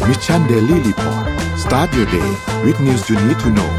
Mission Daily Report start your day with news you need to know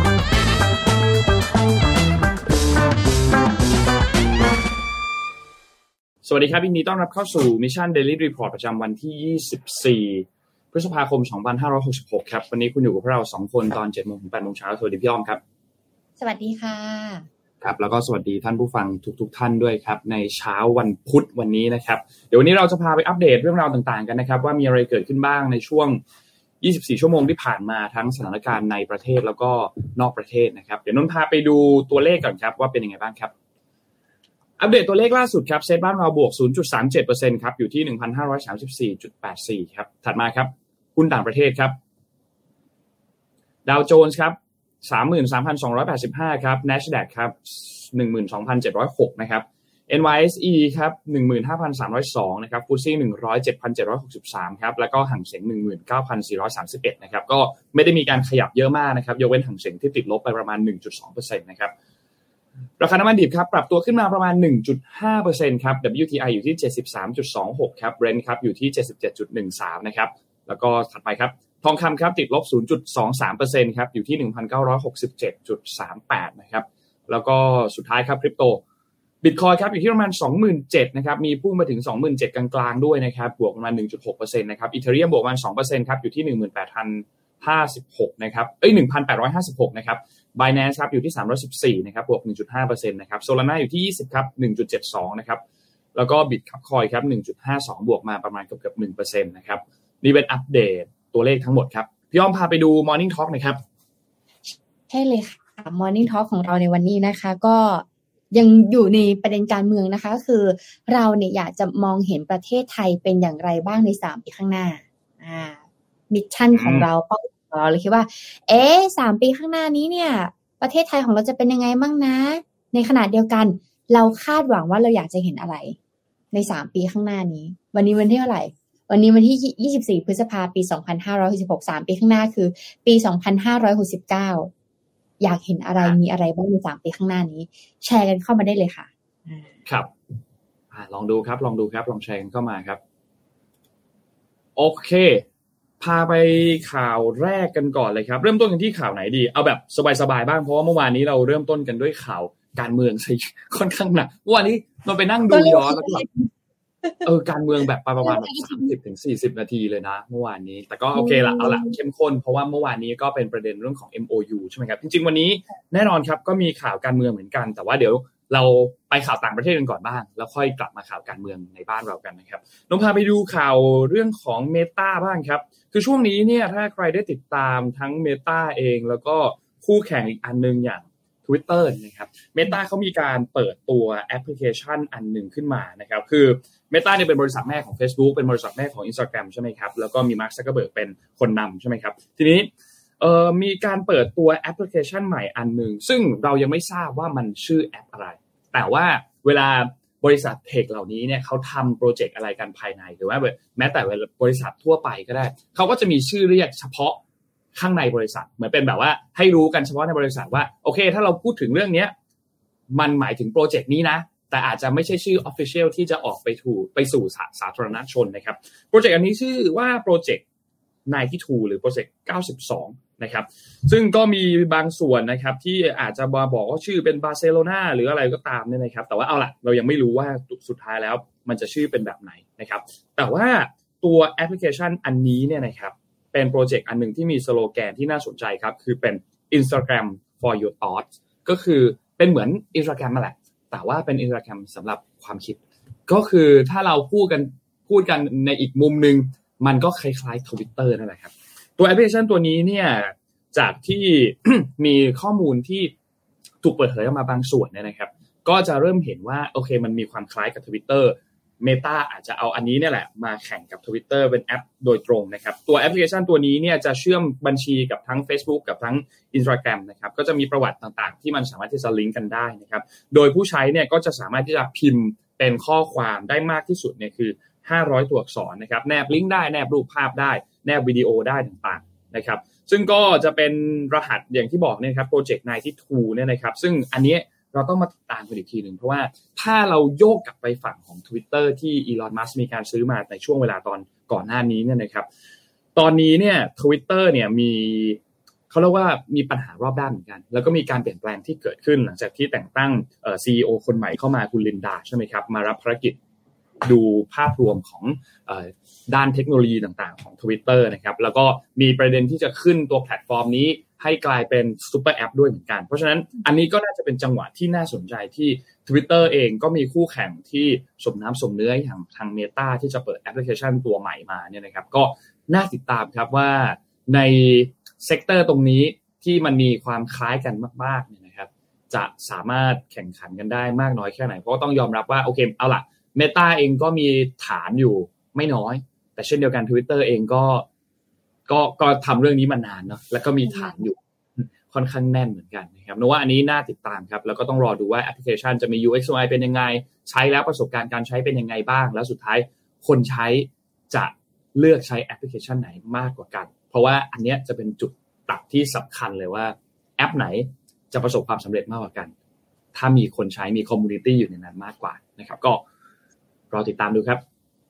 สวัสดีครับยินดีต้อนรับเข้าสู่ Mission Daily Report ประจำวันที่ 24 พฤษภาคม 2566 ครับวันนี้คุณอยู่กับพวกเรา2คนตอน 7:00 น. ถึง 8:00 น. สวัสดีพี่อ้อมครับสวัสดีค่ะครับแล้วก็สวัสดีท่านผู้ฟังทุกท่านด้วยครับในเช้าวันพุธวันนี้นะครับเดี๋ยววันนี้เราจะพาไปอัปเดตเรื่องราวต่างๆกันนะครับว่ามีอะไรเกิดขึ้นบ้างในช่วง24 ชั่วโมงที่ผ่านมาทั้งสถานการณ์ในประเทศแล้วก็นอกประเทศนะครับเดี๋ยวนนท์พาไปดูตัวเลขก่อนครับว่าเป็นยังไงบ้างครับอัปเดตตัวเลขล่าสุดครับเซ็ตบ้านเราบวก 0.37% ครับอยู่ที่ 1,534.84 ครับถัดมาครับหุ้นต่างประเทศครับดาวโจนส์ครับ 33,285 ครับ NASDAQ ครับ 12,706 นะครับ NYSE ครับ 15,302 นะครับ FTSE 100 7,763 ครับแล้วก็หังเส็ง 19,431 นะครับก็ไม่ได้มีการขยับเยอะมากนะครับยกเว้นหังเส็งที่ติดลบไปประมาณ 1.2% นะครับราคาน้ำมันดิบครับปรับตัวขึ้นมาประมาณ 1.5% ครับ WTI อยู่ที่ 73.26 ครับ Brent ครับอยู่ที่ 77.13 นะครับแล้วก็ถัดไปครับทองคำครับติดลบ 0.23% ครับอยู่ที่ 1,967.38 นะครับแล้วก็สุดท้ายครับคริปโตBitcoin ครับอยู่ที่ประมาณ 27,000 นะครับมีพุ่งมาถึง 27,000 กลางๆด้วยนะครับบวกประมาณ 1.6% นะครับ Ethereum บวกประมาณ 2% ครับอยู่ที่ 18,056 นะครับ 1,856 นะครับ Binance ครับอยู่ที่314นะครับบวก 1.5% นะครับ Solana อยู่ที่20ครับ 1.72 นะครับแล้วก็ Bitcoin ครับ 1.52 บวกมาประมาณเกือบ 1% นะครับนี่เป็นอัปเดตตัวเลขทั้งหมดครับพี่อ้อมพาไปดู Morning Talk หน่อยครับใช่เลยค่ะ Morning Talk ของเราในวันนี้นะคะก็ยังอยู่ในประเด็นการเมืองนะคะก็คือเราเนี่ยอยากจะมองเห็นประเทศไทยเป็นอย่างไรบ้างใน3ปีข้างหน้ามิชชั่นของเราเป้าหมายของเราเลยคิดว่า3ปีข้างหน้านี้เนี่ยประเทศไทยของเราจะเป็นยังไงบ้างนะในขณะเดียวกันเราคาดหวังว่าเราอยากจะเห็นอะไรใน3ปีข้างหน้านี้วันนี้วันที่เท่าไหร่วันนี้วันที่24พฤษภาคมปี2566 3ปีข้างหน้าคือปี2569อยากเห็นอะไรมีอะไรบ้างใน3ปีข้างหน้านี้แชร์กันเข้ามาได้เลยค่ะครับลองดูครับลองแชร์กันเข้ามาครับโอเคพาไปข่าวแรกกันก่อนเลยครับเริ่มต้นกันที่ข่าวไหนดีเอาแบบสบายๆบ้างเพราะว่าเมื่อวานนี้เราเริ่มต้นกันด้วยข่าวการเมืองใช่ค่อนข้างหนักเมื่อวานนี้เราไปนั่งดูย้อนแล้วก็การเมืองแบบประมาณ 30-40 นาทีเลยนะเมื่อวานนี้แต่ก็โอเคละเอาละเข้มข้นเพราะว่าเมื่อวานนี้ก็เป็นประเด็นเรื่องของ MOU ใช่ไหมครับจริงๆวันนี้แน่นอนครับก็มีข่าวการเมืองเหมือนกันแต่ว่าเดี๋ยวเราไปข่าวต่างประเทศกันก่อนบ้างแล้วค่อยกลับมาข่าวการเมืองในบ้านเรากันนะครับลองพาไปดูข่าวเรื่องของ Meta บ้างครับคือช่วงนี้เนี่ยถ้าใครได้ติดตามทั้ง Meta เองแล้วก็คู่แข่งอีกอันนึงอย่างTwitter นะครับ Meta เขามีการเปิดตัวแอปพลิเคชันอันหนึ่งขึ้นมานะครับคือ Meta เนี่ยเป็นบริษัทแม่ของ Facebook เป็นบริษัทแม่ของ Instagram ใช่ไหมครับแล้วก็มี Mark Zuckerberg เป็นคนนำใช่ไหมครับทีนี้มีการเปิดตัวแอปพลิเคชันใหม่อันหนึ่งซึ่งเรายังไม่ทราบว่ามันชื่อแอปอะไรแต่ว่าเวลาบริษัทเทคเหล่านี้เนี่ยเขาทำโปรเจกต์อะไรกันภายในหรือว่าแม้แต่บริษัททั่วไปก็ได้เขาก็จะมีชื่อเรียกเฉพาะข้างในบริษัทเหมือนเป็นแบบว่าให้รู้กันเฉพาะในบริษัทว่าโอเคถ้าเราพูดถึงเรื่องนี้มันหมายถึงโปรเจกต์นี้นะแต่อาจจะไม่ใช่ชื่อ official ที่จะออกไปสู่สาธารณชนนะครับโปรเจกต์อันนี้ชื่อว่าโปรเจกต์92หรือโปรเจกต์92นะครับซึ่งก็มีบางส่วนนะครับที่อาจจะบอกว่าชื่อเป็นบาร์เซโลนาหรืออะไรก็ตามเนี่ยนะครับแต่ว่าเอาล่ะเรายังไม่รู้ว่าสุดท้ายแล้วมันจะชื่อเป็นแบบไหนนะครับแต่ว่าตัวแอปพลิเคชันอันนี้เนี่ยนะครับเป็นโปรเจกต์อันนึงที่มีสโลแกนที่น่าสนใจครับคือเป็น Instagram for your thoughts ก็คือเป็นเหมือน Instagram นั่นแหละแต่ว่าเป็น Instagram สำหรับความคิดก็คือถ้าเราพูดกันในอีกมุมนึงมันก็คล้ายๆ Twitter นั่นแหละครับตัวแอปพลิเคชันตัวนี้เนี่ยจากที่ มีข้อมูลที่ถูกเปิดเผยออกมาบางส่วนเนี่ยนะครับก็จะเริ่มเห็นว่าโอเคมันมีความคล้ายกับ Twitter Meta อาจจะเอาอันนี้เนี่ยแหละมาแข่งกับ Twitter เป็นแอปโดยตรงนะครับตัวแอปพลิเคชันตัวนี้เนี่ยจะเชื่อมบัญชีกับทั้ง Facebook กับทั้ง Instagram นะครับก็จะมีประวัติต่างๆที่มันสามารถที่จะลิงก์กันได้นะครับโดยผู้ใช้เนี่ยก็จะสามารถที่จะพิมพ์เป็นข้อความได้มากที่สุดเนี่ยคือ500ตัวอักษรนะครับแนบลิงก์ได้แนบรูปภาพได้แนบวิดีโอได้ต่างๆนะครับซึ่งก็จะเป็นรหัสอย่างที่บอกเนี่ยครับโปรเจกต์92เนี่ยนะครับซึ่งอันนี้เราต้องมาติดตามกันอีกทีนึงเพราะว่าถ้าเราโยกกลับไปฝั่งของ Twitter ที่อีลอนมัสก์มีการซื้อมาในช่วงเวลาตอนก่อนหน้านี้เนี่ยนะครับตอนนี้เนี่ย Twitter เนี่ยมีเขาเรียกว่ามีปัญหารอบด้านเหมือนกันแล้วก็มีการเปลี่ยนแปลงที่เกิดขึ้นหลังจากที่แต่งตั้งCEO คนใหม่เข้ามาคุณลินดาใช่ไหมครับมารับภารกิจดูภาพรวมของด้านเทคโนโลยีต่างๆของ Twitter นะครับแล้วก็มีประเด็นที่จะขึ้นตัวแพลตฟอร์มนี้ให้กลายเป็นซุปเปอร์แอปด้วยเหมือนกันเพราะฉะนั้นอันนี้ก็น่าจะเป็นจังหวะที่น่าสนใจที่ Twitter เองก็มีคู่แข่งที่สมน้ำสมเนื้ออย่างทาง Meta ที่จะเปิดแอปพลิเคชันตัวใหม่มาเนี่ยนะครับก็น่าติดตามครับว่าในเซกเตอร์ตรงนี้ที่มันมีความคล้ายกันมากๆเนี่ยนะครับจะสามารถแข่งขันกันได้มากน้อยแค่ไหนเพราะต้องยอมรับว่าโอเคเอาล่ะ Meta เองก็มีฐานอยู่ไม่น้อยแต่เช่นเดียวกัน Twitter เองก็ทำเรื่องนี้มานานเนาะแล้วก็มีฐานอยู่ค่อนข้างแน่นเหมือนกันนะครับนึกว่าอันนี้น่าติดตามครับแล้วก็ต้องรอดูว่าแอปพลิเคชันจะมี UX UI เป็นยังไงใช้แล้วประสบการณ์การใช้เป็นยังไงบ้างแล้วสุดท้ายคนใช้จะเลือกใช้แอปพลิเคชันไหนมากกว่ากันเพราะว่าอันเนี้ยจะเป็นจุดตัดที่สำคัญเลยว่าแอปไหนจะประสบความสำเร็จมากกว่ากันถ้ามีคนใช้มีคอมมูนิตี้อยู่ในนั้นมากกว่านะครับก็รอติดตามดูครับ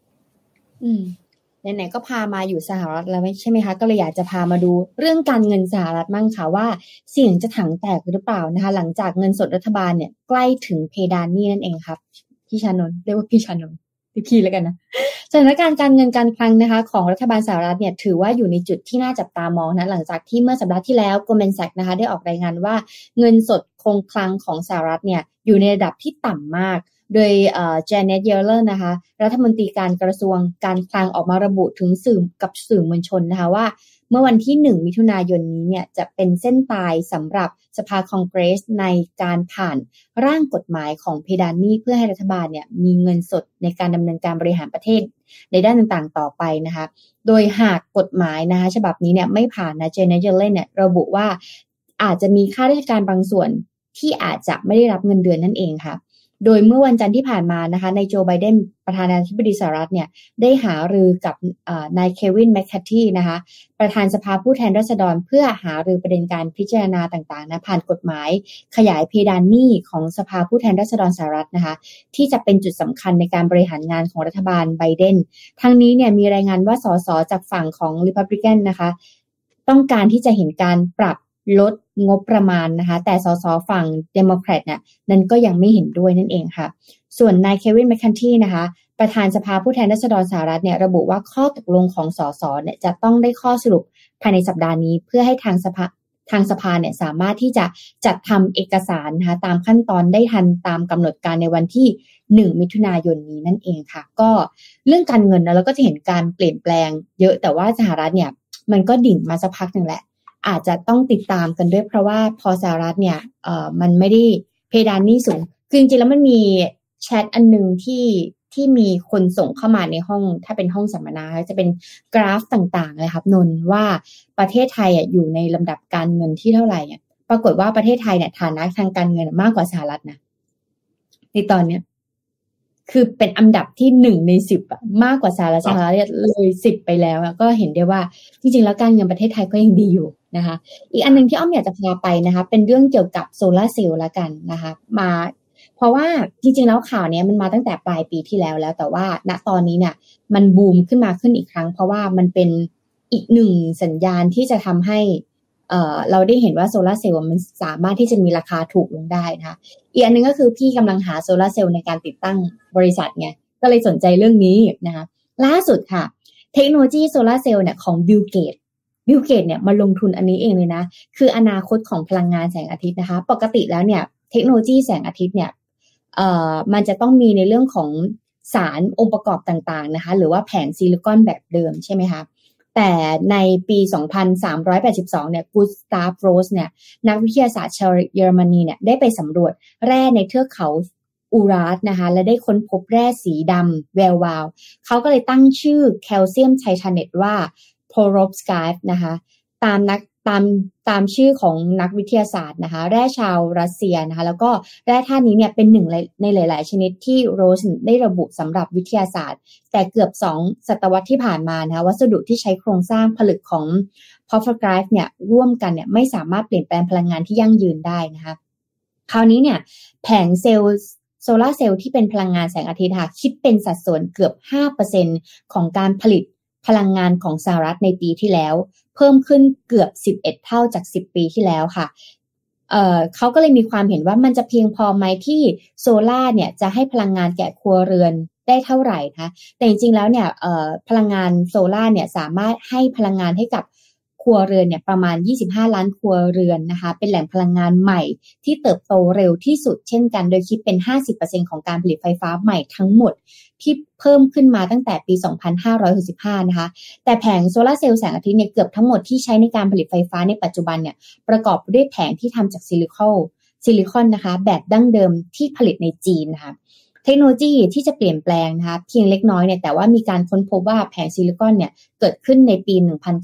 ไหนๆก็พามาอยู่สหรัฐแล้วใช่ไหมคะก็เลยอยากจะพามาดูเรื่องการเงินสหรัฐมั่งค่ะว่าเสี่ยงจะถังแตกหรือเปล่านะคะหลังจากเงินสดรัฐบาลเนี่ยใกล้ถึงเพดานหนี้นั่นเองครับพี่ชานนท์เรียกว่าพี่ชานนท์พี่แล้วกันนะสถานการณ์การเงินการคลังนะคะของรัฐบาลสหรัฐเนี่ยถือว่าอยู่ในจุดที่น่าจับตามองนะหลังจากที่เมื่อสัปดาห์ที่แล้ว Goldman Sachs นะคะได้ออกรายงานว่าเงินสดคงคลังของสหรัฐเนี่ยอยู่ในระดับที่ต่ำมากโดยJanet Yellen นะคะรัฐมนตรีการกระทรวงการคลังออกมาระบุถึงสื่อมวลชนนะคะว่าเมื่อวันที่1มิถุนายนนี้เนี่ยจะเป็นเส้นตายสำหรับสภาคองเกรสในการผ่านร่างกฎหมายของเพดานหนี้เพื่อให้รัฐบาลเนี่ยมีเงินสดในการดำเนินการบริหารประเทศในด้านต่างๆต่อไปนะคะโดยหากกฎหมายนะคะฉบับนี้เนี่ยไม่ผ่านนะ Janet Yellen เนี่ยระบุว่าอาจจะมีข้าราชการบางส่วนที่อาจจะไม่ได้รับเงินเดือนนั่นเองค่ะโดยเมื่อวันจันทร์ที่ผ่านมานะคะนายโจไบเดนประธานาธิบดีสหรัฐเนี่ยได้หารือกับนายเควินแมคคาร์ธีนะคะประธานสภาผู้แทนราษฎรเพื่อหารือประเด็นการพิจารณาต่างๆนะผ่านกฎหมายขยายเพดานหนี้ของสภาผู้แทนราษฎรสหรัฐนะคะที่จะเป็นจุดสำคัญในการบริหารงานของรัฐบาลไบเดนทั้งนี้เนี่ยมีรายงานว่าสสจากฝั่งของ Republican นะคะต้องการที่จะเห็นการปรับลดงบประมาณนะคะแต่สสฝั่งเดโมแครตเนี่ยนั้นก็ยังไม่เห็นด้วยนั่นเองค่ะส่วนนายเควินแมคคันธีนะคะประธานสภาผู้แทนราษฎรสหรัฐเนี่ยระบุว่าข้อตกลงของสสเนี่ยจะต้องได้ข้อสรุปภายในสัปดาห์นี้เพื่อให้ทางสภาเนี่ยสามารถที่จะจัดทำเอกสารนะคะตามขั้นตอนได้ทันตามกำหนดการในวันที่1มิถุนายนนี้นั่นเองค่ะก็เรื่องการเงินนะเราก็จะเห็นการเปลี่ยนแปลงเยอะแต่ว่าสหรัฐเนี่ยมันก็ดิ่งมาสักพักนึงแหละอาจจะต้องติดตามกันด้วยเพราะว่าพอสหรัฐเนี่ยมันไม่ได้เพดานหนี้สูงคือจริงๆแล้วมันมีแชทอันนึงที่มีคนส่งเข้ามาในห้องถ้าเป็นห้องสัมมนาจะเป็นกราฟต่างๆเลยครับนนว่าประเทศไทยอยู่ในลำดับการเงินที่เท่าไหร่เนี่ยปรากฏว่าประเทศไทยเนี่ยฐานะทางการเงินมากกว่าสหรัฐนะในตอนเนี้ยคือเป็นอันดับที่1ใน10อ่ะมากกว่าสหรัฐเลย10ไปแล้วก็เห็นได้ว่าจริงๆแล้วการเงินประเทศไทยก็ยังดีอยู่นะคะอีกอันนึงที่อ้อมอยากจะพาไปนะคะเป็นเรื่องเกี่ยวกับโซลาร์เซลล์ละกันนะคะมาเพราะว่าจริงๆแล้วข่าวนี้มันมาตั้งแต่ปลายปีที่แล้วแต่ว่าณตอนนี้เนี่ยมันบูมขึ้นอีกครั้งเพราะว่ามันเป็นอีกหนึ่งสัญญาณที่จะทำให้เราได้เห็นว่าโซลาร์เซลล์มันสามารถที่จะมีราคาถูกลงได้นะคะอีกอันนึงก็คือพี่กำลังหาโซลาร์เซลล์ในการติดตั้งบริษัทไงก็เลยสนใจเรื่องนี้นะคะล่าสุดค่ะเทคโนโลยีโซลาร์เซลล์เนี่ยของบิลเกตเนี่ยมาลงทุนอันนี้เองเลยนะคืออนาคตของพลังงานแสงอาทิตย์นะคะปกติแล้วเนี่ยเทคโนโลยีแสงอาทิตย์เนี่ยมันจะต้องมีในเรื่องของสารองค์ประกอบต่างๆนะคะหรือว่าแผงซิลิคอนแบบเดิมใช่ไหมคะแต่ในปี 2382 เนี่ยกูสตาฟโรสเนี่ยนักวิทยาศาสตร์ชาวเยอรมนีเนี่ยได้ไปสำรวจแร่ในเทือกเขาอูราสนะคะและได้ค้นพบแร่สีดำแวววาวเขาก็เลยตั้งชื่อแคลเซียมไทเทเนตว่าโพโรฟสกาฟนะคะตามชื่อของนักวิทยาศาสตร์นะคะแร่ชาวรัสเซียนะคะแล้วก็แร่ธาตุนี้เนี่ยเป็นหนึ่งในหลายๆชนิดที่โรสได้ระบุสำหรับวิทยาศาสตร์แต่เกือบ2 ศตวรรษที่ผ่านมานะคะวัสดุที่ใช้โครงสร้างผลึกของพอฟกราฟเนี่ยร่วมกันเนี่ยไม่สามารถเปลี่ยนแปลงพลังงานที่ยั่งยืนได้นะคะคราวนี้เนี่ยแผงโซลาร์เซลล์ที่เป็นพลังงานแสงอาทิตย์ค่ะคิดเป็นสัดส่วนเกือบ 5% ของการผลิตพลังงานของสหรัฐในปีที่แล้วเพิ่มขึ้นเกือบ11เท่าจาก10ปีที่แล้วค่ะเขาก็เลยมีความเห็นว่ามันจะเพียงพอไหมที่โซล่าเนี่ยจะให้พลังงานแก่ครัวเรือนได้เท่าไหร่นะคะแต่จริงๆแล้วเนี่ยพลังงานโซล่าเนี่ยสามารถให้พลังงานให้กับครัวเรือนเนี่ยประมาณ25ล้านครัวเรือนนะคะเป็นแหล่งพลังงานใหม่ที่เติบโตเร็วที่สุดเช่นกันโดยคิดเป็น 50% ของการผลิตไฟฟ้าใหม่ทั้งหมดที่เพิ่มขึ้นมาตั้งแต่ปี 2565 นะคะแต่แผงโซลาร์เซลล์แสงอาทิตย์เนี่ยเกือบทั้งหมดที่ใช้ในการผลิตไฟฟ้าในปัจจุบันเนี่ยประกอบด้วยแผงที่ทำจากซิลิคอนนะคะแบบดั้งเดิมที่ผลิตในจีนนะคะเทคโนโลยีที่จะเปลี่ยนแปลงนะคะเพียงเล็กน้อยเนี่ยแต่ว่ามีการค้นพบว่าแผงซิลิคอนเนี่ยเกิดขึ้นในปี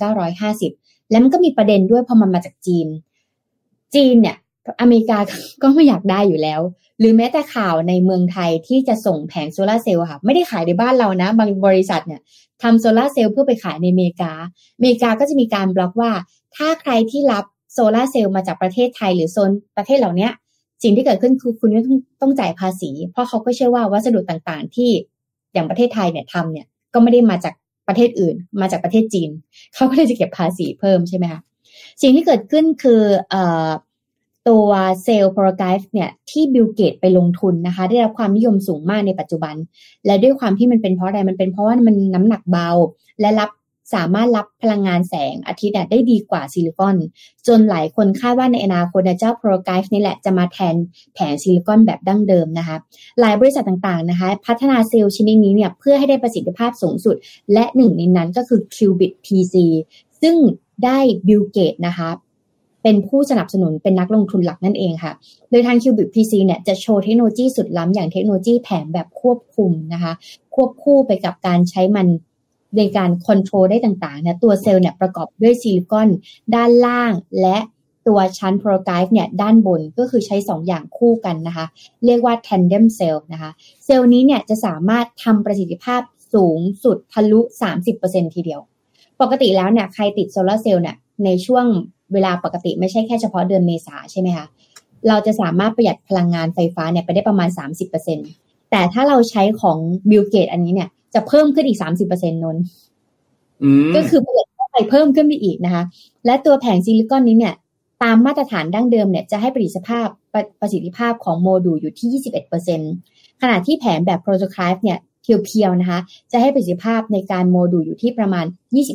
1950 แล้วมันก็มีประเด็นด้วยพอมันมาจากจีนเนี่ยอเมริกาก็ไม่อยากได้อยู่แล้วหรือแม้แต่ข่าวในเมืองไทยที่จะส่งแผงโซลาร์เซลล์ค่ะไม่ได้ขายในบ้านเรานะบางบริษัทเนี่ยทำโซลาร์เซลล์เพื่อไปขายในอเมริกาก็จะมีการบล็อกว่าถ้าใครที่รับโซลาร์เซลล์มาจากประเทศไทยหรือโซนประเทศเหล่านี้สิ่งที่เกิดขึ้นคือคุณต้องจ่ายภาษีเพราะเขาก็เชื่อว่าวัสดุต่างๆที่อย่างประเทศไทยเนี่ยทำเนี่ยก็ไม่ได้มาจากประเทศอื่นมาจากประเทศจีนเขาก็เลยจะเก็บภาษีเพิ่มใช่ไหมคะสิ่งที่เกิดขึ้นคือตัวเซลล์โปรไกฟ์เนี่ยที่บิลเกตไปลงทุนนะคะได้รับความนิยมสูงมากในปัจจุบันและด้วยความที่มันเป็นเพราะอะไรมันเป็นเพราะว่ามันน้ำหนักเบาและสามารถรับพลังงานแสงอาทิตย์ได้ดีกว่าซิลิคอนจนหลายคนคาดว่าในอนาคตเจ้าโปรไกฟ์นี่แหละจะมาแทนแผงซิลิคอนแบบดั้งเดิมนะคะหลายบริษัทต่างๆนะคะพัฒนาเซลล์ชนิดนี้เนี่ยเพื่อให้ได้ประสิทธิภาพสูงสุดและหนึ่งในนั้นก็คือ Qubit PC ซึ่งได้บิลเกตนะคะเป็นผู้สนับสนุนเป็นนักลงทุนหลักนั่นเองค่ะโดยทาง Qubit PC เนี่ยจะโชว์เทคโนโลยีสุดล้ำอย่างเทคโนโลยีแผงแบบควบคุมนะคะควบคู่ไปกับการใช้มันในการคอนโทรลได้ต่างๆนะตัวเซลล์เนี่ยประกอบด้วยซิลิคอนด้านล่างและตัวชั้นโปรไกฟ์เนี่ยด้านบนก็คือใช้2 อย่างคู่กันนะคะเรียกว่า tandem cell นะคะเซลล์นี้เนี่ยจะสามารถทำประสิทธิภาพสูงสุดทะลุ 30% ทีเดียวปกติแล้วเนี่ยใครติดโซลาร์เซลล์เนี่ยในช่วงเวลาปกติไม่ใช่แค่เฉพาะเดือนเมษาใช่ไหมคะเราจะสามารถประหยัดพลังงานไฟฟ้าเนี่ยไปได้ประมาณ 30% แต่ถ้าเราใช้ของบิลเกตอันนี้เนี่ยจะเพิ่มขึ้นอีก 30% นนก็คือประหยัดเข้าไปเพิ่มขึ้นไปอีกนะคะและตัวแผงซิลิคอนนี้เนี่ยตามมาตรฐานดั้งเดิมเนี่ยจะให้ประสิทธิภาพของโมดูลอยู่ที่ 21% ขณะที่แผงแบบโปรโตไทป์เนี่ยเพียวๆนะคะจะให้ประสิทธิภาพในการโมดูลอยู่ที่ประมาณ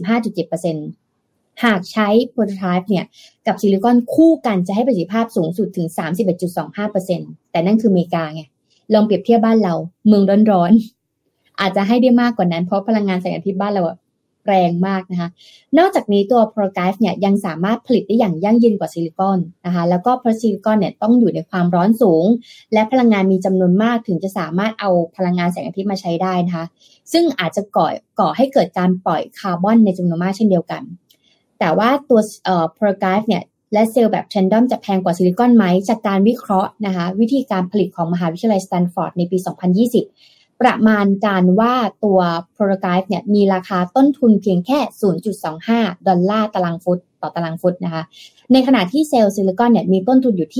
25.7%หากใช้โปรโตไทป์เนี่ยกับซิลิคอนคู่กันจะให้ประสิทธิภาพสูงสุดถึง 31.25% แต่นั่นคืออเมริกาไงลองเปรียบเทียบบ้านเราเมืองร้อนๆอาจจะให้ได้มากกว่านั้นเพราะพลังงานแสงอาทิตย์บ้านเราแรงมากนะคะนอกจากนี้ตัวโปรไกฟ์เนี่ยยังสามารถผลิตได้อย่างยั่งยืนกว่าซิลิคอนนะคะแล้วก็เพราะซิลิคอนเนี่ยต้องอยู่ในความร้อนสูงและพลังงานมีจำนวนมากถึงจะสามารถเอาพลังงานแสงอาทิตย์มาใช้ได้นะคะซึ่งอาจจะก่อให้เกิดการปล่อยคาร์บอนในจำนวนมากเช่นเดียวกันแต่ว่าตัวโปรไกฟ์เนี่ยและเซลล์แบบแทนดอมจะแพงกว่าซิลิคอนไหมจากการวิเคราะห์นะคะวิธีการผลิตของมหาวิทยาลัยสแตนฟอร์ดในปี 2020ประมาณการว่าตัวโปรไกฟ์เนี่ยมีราคาต้นทุนเพียงแค่ $0.25 ตารางฟุตต่อตารางฟุตนะคะในขณะที่เซลล์ซิลิคอนเนี่ยมีต้นทุนอยู่ที่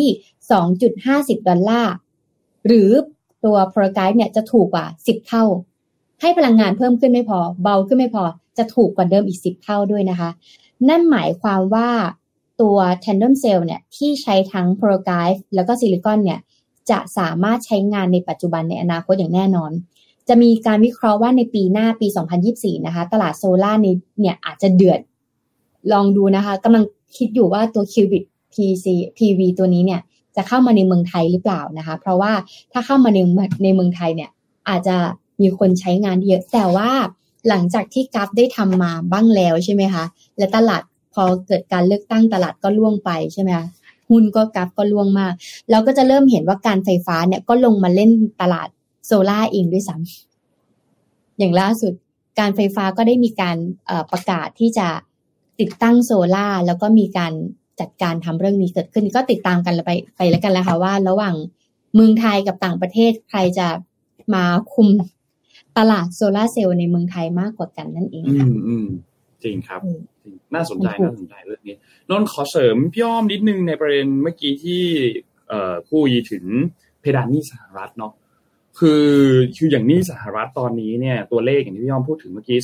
$2.50 หรือตัวโปรไกฟ์เนี่ยจะถูกกว่า10เท่าให้พลังงานเพิ่มขึ้นไม่พอเบาขึ้นไม่พอจะถูกกว่าเดิมอีก10เท่าด้วยนะคะนั่นหมายความว่าตัว tandem cell เนี่ยที่ใช้ทั้งโปรไกฟ์แล้วก็ซิลิคอนเนี่ยจะสามารถใช้งานในปัจจุบันในอนาคตอย่างแน่นอนจะมีการวิเคราะห์ว่าในปีหน้าปี 2024 นะคะตลาดโซล่าเนี่ยอาจจะเดือดลองดูนะคะกำลังคิดอยู่ว่าตัว Qubit PV ตัวนี้เนี่ยจะเข้ามาในเมืองไทยหรือเปล่านะคะเพราะว่าถ้าเข้ามาในเมืองไทยเนี่ยอาจจะมีคนใช้งานเยอะแต่ว่าหลังจากที่กัฟได้ทำมาบ้างแล้วใช่ไหมคะและตลาดพอเกิดการเลือกตั้งตลาดก็ล่วงไปใช่ไหมคะหุ้นก็กัฟก็ล่วงมากเราก็จะเริ่มเห็นว่าการไฟฟ้าเนี่ยก็ลงมาเล่นตลาดโซล่าเองด้วยซ้ำอย่างล่าสุดการไฟฟ้าก็ได้มีการประกาศที่จะติดตั้งโซล่าแล้วก็มีการจัดการทำเรื่องนี้เกิดขึ้นก็ติดตามกันไปแล้วกันแล้วค่ะว่าระหว่างเมืองไทยกับต่างประเทศใครจะมาคุมตลาดโซล่าเซลล์ในเมืองไทยมากกว่ากันนั่นเองค่ะจริงครับน่าสนใจเรื่องนี้นนท์ขอเสริมพี่อ้อมนิดนึงในประเด็นเมื่อกี้ที่พูดถึงเพดานหนี้สหรัฐเนาะคืออย่างนี้สหรัฐตอนนี้เนี่ยตัวเลขอย่างที่พี่ยอมพูดถึงเมื่อกี้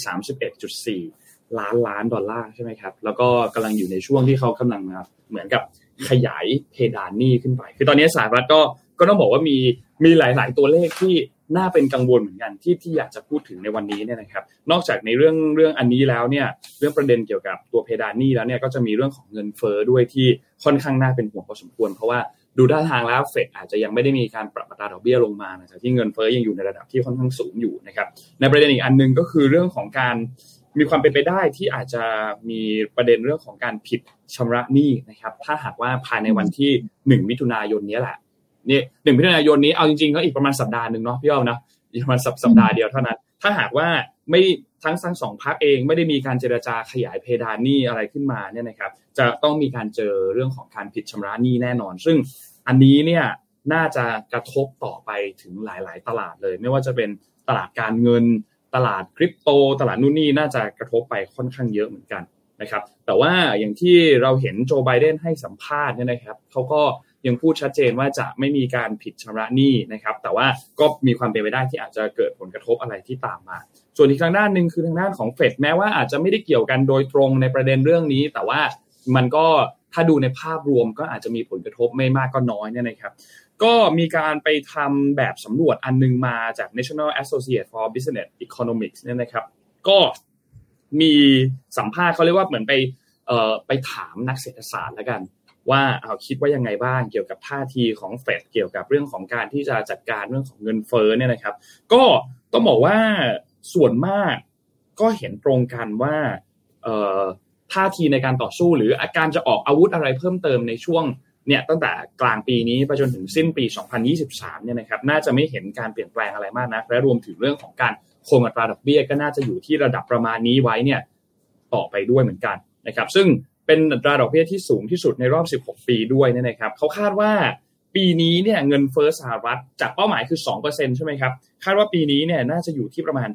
31.4 ล้านดอลลาร์ใช่ไหมครับแล้วก็กำลังอยู่ในช่วงที่เขากำลังเหมือนกับขยายเพดานหนี้ขึ้นไปคือตอนนี้สหรัฐก็ต้องบอกว่ามีหลายๆตัวเลขที่น่าเป็นกังวลเหมือนกันที่อยากจะพูดถึงในวันนี้เนี่ยนะครับนอกจากในเรื่องอันนี้แล้วเนี่ยเรื่องประเด็นเกี่ยวกับตัวเพดานหนี้แล้วเนี่ยก็จะมีเรื่องของเงินเฟ้อด้วยที่ค่อนข้างน่าเป็นห่วงพอสมควรเพราะว่าดูท่าทางแล้วเฟดอาจจะยังไม่ได้มีการปรับอัตราดอกเบี้ยลงมานะครับที่เงินเฟ้อยังอยู่ในระดับที่ค่อนข้างสูงอยู่นะครับในประเด็นอีกอันนึงก็คือเรื่องของการมีความเป็นไปได้ที่อาจจะมีประเด็นเรื่องของการผิดชำระหนี้นะครับถ้าหากว่าภายในวันที่1มิถุนายนนี้แหละนี่1มิถุนายนนี้เอาจริงๆก็อีกประมาณสัปดาห์นึงเนาะพี่อ้อมนะอีกประมาณสัปดาห์เดียวเท่านั้นถ้าหากว่าไม่ทั้งสองพรรคเองไม่ได้มีการเจรจาขยายเพดานหนี้อะไรขึ้นมาเนี่ยนะครับจะต้องมีการเจอเรื่องของการผิดชำระหนี้แน่นอนซึ่งอันนี้เนี่ยน่าจะกระทบต่อไปถึงหลายๆตลาดเลยไม่ว่าจะเป็นตลาดการเงินตลาดคริปโตตลาดนู่นนี่น่าจะกระทบไปค่อนข้างเยอะเหมือนกันนะครับแต่ว่าอย่างที่เราเห็นโจไบเดนให้สัมภาษณ์เนี่ยนะครับเขาก็ยังพูดชัดเจนว่าจะไม่มีการผิดชำระหนี้นะครับแต่ว่าก็มีความเป็นไปได้ที่อาจจะเกิดผลกระทบอะไรที่ตามมาส่วนอีกทางด้านนึงคือทางด้านของเฟดแม้ว่าอาจจะไม่ได้เกี่ยวกันโดยตรงในประเด็นเรื่องนี้แต่ว่ามันก็ถ้าดูในภาพรวมก็อาจจะมีผลกระทบไม่มากก็น้อยเนี่ยนะครับก็มีการไปทำแบบสำรวจอันนึงมาจาก National Associate for Business Economics เนี่ยนะครับก็มีสัมภาษณ์เขาเรียกว่าเหมือนไปถามนักเศรษฐศาสตร์แล้วกันว่าคิดว่ายังไงบ้างเกี่ยวกับท่าทีของเฟดเกี่ยวกับเรื่องของการที่จะจัดการเรื่องของเงินเฟ้อเนี่ยนะครับก็ต้องบอกว่าส่วนมากก็เห็นตรงกันว่าท่าทีในการต่อสู้หรือการจะออกอาวุธอะไรเพิ่มเติมในช่วงเนี่ยตั้งแต่กลางปีนี้ไปจนถึงสิ้นปี2023เนี่ยนะครับน่าจะไม่เห็นการเปลี่ยนแปลงอะไรมากนักและรวมถึงเรื่องของการคงอัตราดอกเบี้ยก็น่าจะอยู่ที่ระดับประมาณนี้ไว้เนี่ยต่อไปด้วยเหมือนกันนะครับซึ่งเป็นอัตราดอกเบี้ยที่สูงที่สุดในรอบ16ปีด้วยนะครับเขาคาดว่าปีนี้เนี่ยเงินเฟ้อสหรัฐจากเป้าหมายคือ 2% ใช่ไหมครับคาดว่าปีนี้เนี่ยน่าจะอยู่ที่ประมาณ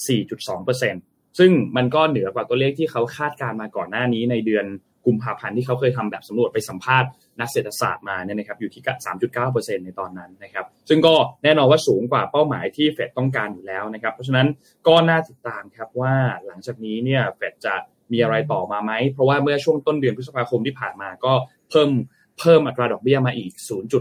4.2% ซึ่งมันก็เหนือกว่าตัวเลขที่เขาคาดการมาก่อนหน้านี้ในเดือนกุมภาพันธ์ที่เขาเคยทำแบบสำรวจไปสัมภาษณ์นักเศรษฐศาสตร์มาเนี่ยนะครับอยู่ที่ 3.9% ในตอนนั้นนะครับซึ่งก็แน่นอนว่าสูงกว่าเป้าหมายที่เฟดต้องการอยู่แล้วนะครับเพราะฉะนั้นก็น่าติดตามครับว่าหลังจากนี้เนี่ยเฟดจะมีอะไรต่อมาไหมเพราะว่าเมื่อช่วงต้นเดือนพฤษภาคมที่ผ่านมาก็เพิ่มอัตราดอกเบี้ยมาอีก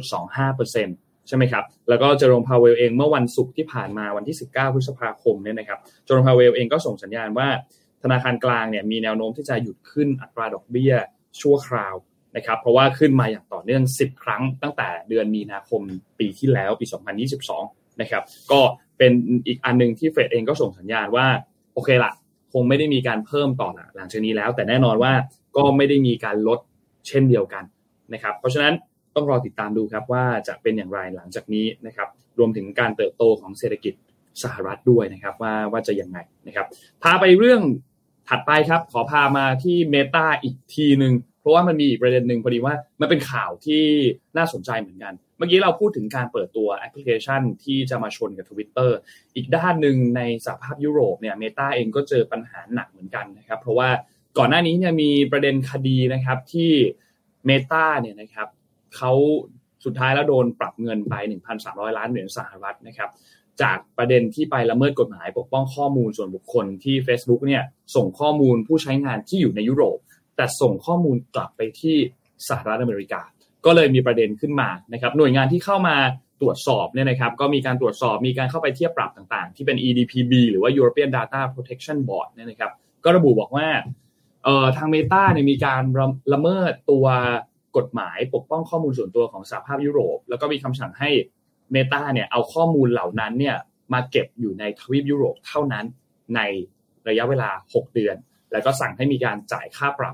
0.25% ใช่ไหมครับแล้วก็เจอโรมพาเวลเองเมื่อวันศุกร์ที่ผ่านมาวันที่19พฤษภาคมเนี่ยนะครับเจอโรมพาเวลเองก็ส่งสัญญาณว่าธนาคารกลางเนี่ยมีแนวโน้มที่จะหยุดขึ้นอัตราดอกเบี้ยชั่วคราวนะครับเพราะว่าขึ้นมาอย่างต่อเนื่อง10ครั้งตั้งแต่เดือนมีนาคมปีที่แล้วปี2022นะครับก็เป็นอีกอันนึงที่เฟดเองก็ส่งสัญญาณว่าโอเคละคงไม่ได้มีการเพิ่มต่อหลังจากนี้แล้วแต่แน่นอนว่าก็ไม่ได้มีการลดเช่นเดียวกันนะครับเพราะฉะนั้นต้องรอติดตามดูครับว่าจะเป็นอย่างไรหลังจากนี้นะครับรวมถึงการเติบโตของเศรษฐกิจสหรัฐด้วยนะครับว่าจะยังไงนะครับพาไปเรื่องถัดไปครับขอพามาที่ Meta อีกทีนึงเพราะว่ามันมีอีกประเด็นนึงพอดีว่ามันเป็นข่าวที่น่าสนใจเหมือนกันเมื่อกี้เราพูดถึงการเปิดตัวแอปพลิเคชันที่จะมาชนกับ Twitter อีกด้านนึงในสหภาพยุโรปเนี่ย Meta เองก็เจอปัญหาหนักเหมือนกันนะครับเพราะว่าก่อนหน้านี้เนี่ยมีประเด็นคดีนะครับที่ Meta เนี่ยนะครับเขาสุดท้ายแล้วโดนปรับเงินไป $1,300 ล้านสหรัฐนะครับจากประเด็นที่ไปละเมิดกฎหมายปกป้องข้อมูลส่วนบุคคลที่ Facebook เนี่ยส่งข้อมูลผู้ใช้งานที่อยู่ในยุโรปแต่ส่งข้อมูลกลับไปที่สหรัฐอเมริกาก็เลยมีประเด็นขึ้นมานะครับหน่วยงานที่เข้ามาตรวจสอบเนี่ยนะครับก็มีการตรวจสอบมีการเข้าไปเทียบปรับต่างๆที่เป็น EDPB หรือว่า European Data Protection Board เนี่ยนะครับก็ระบุบอกว่าทาง Meta เนี่ยมีการละเมิดตัวกฎหมายปกป้องข้อมูลส่วนตัวของสหภาพยุโรปแล้วก็มีคำสั่งให้ Meta เนี่ยเอาข้อมูลเหล่านั้นเนี่ยมาเก็บอยู่ในทวีปยุโรปเท่านั้นในระยะเวลา6เดือนแล้วก็สั่งให้มีการจ่ายค่าปรับ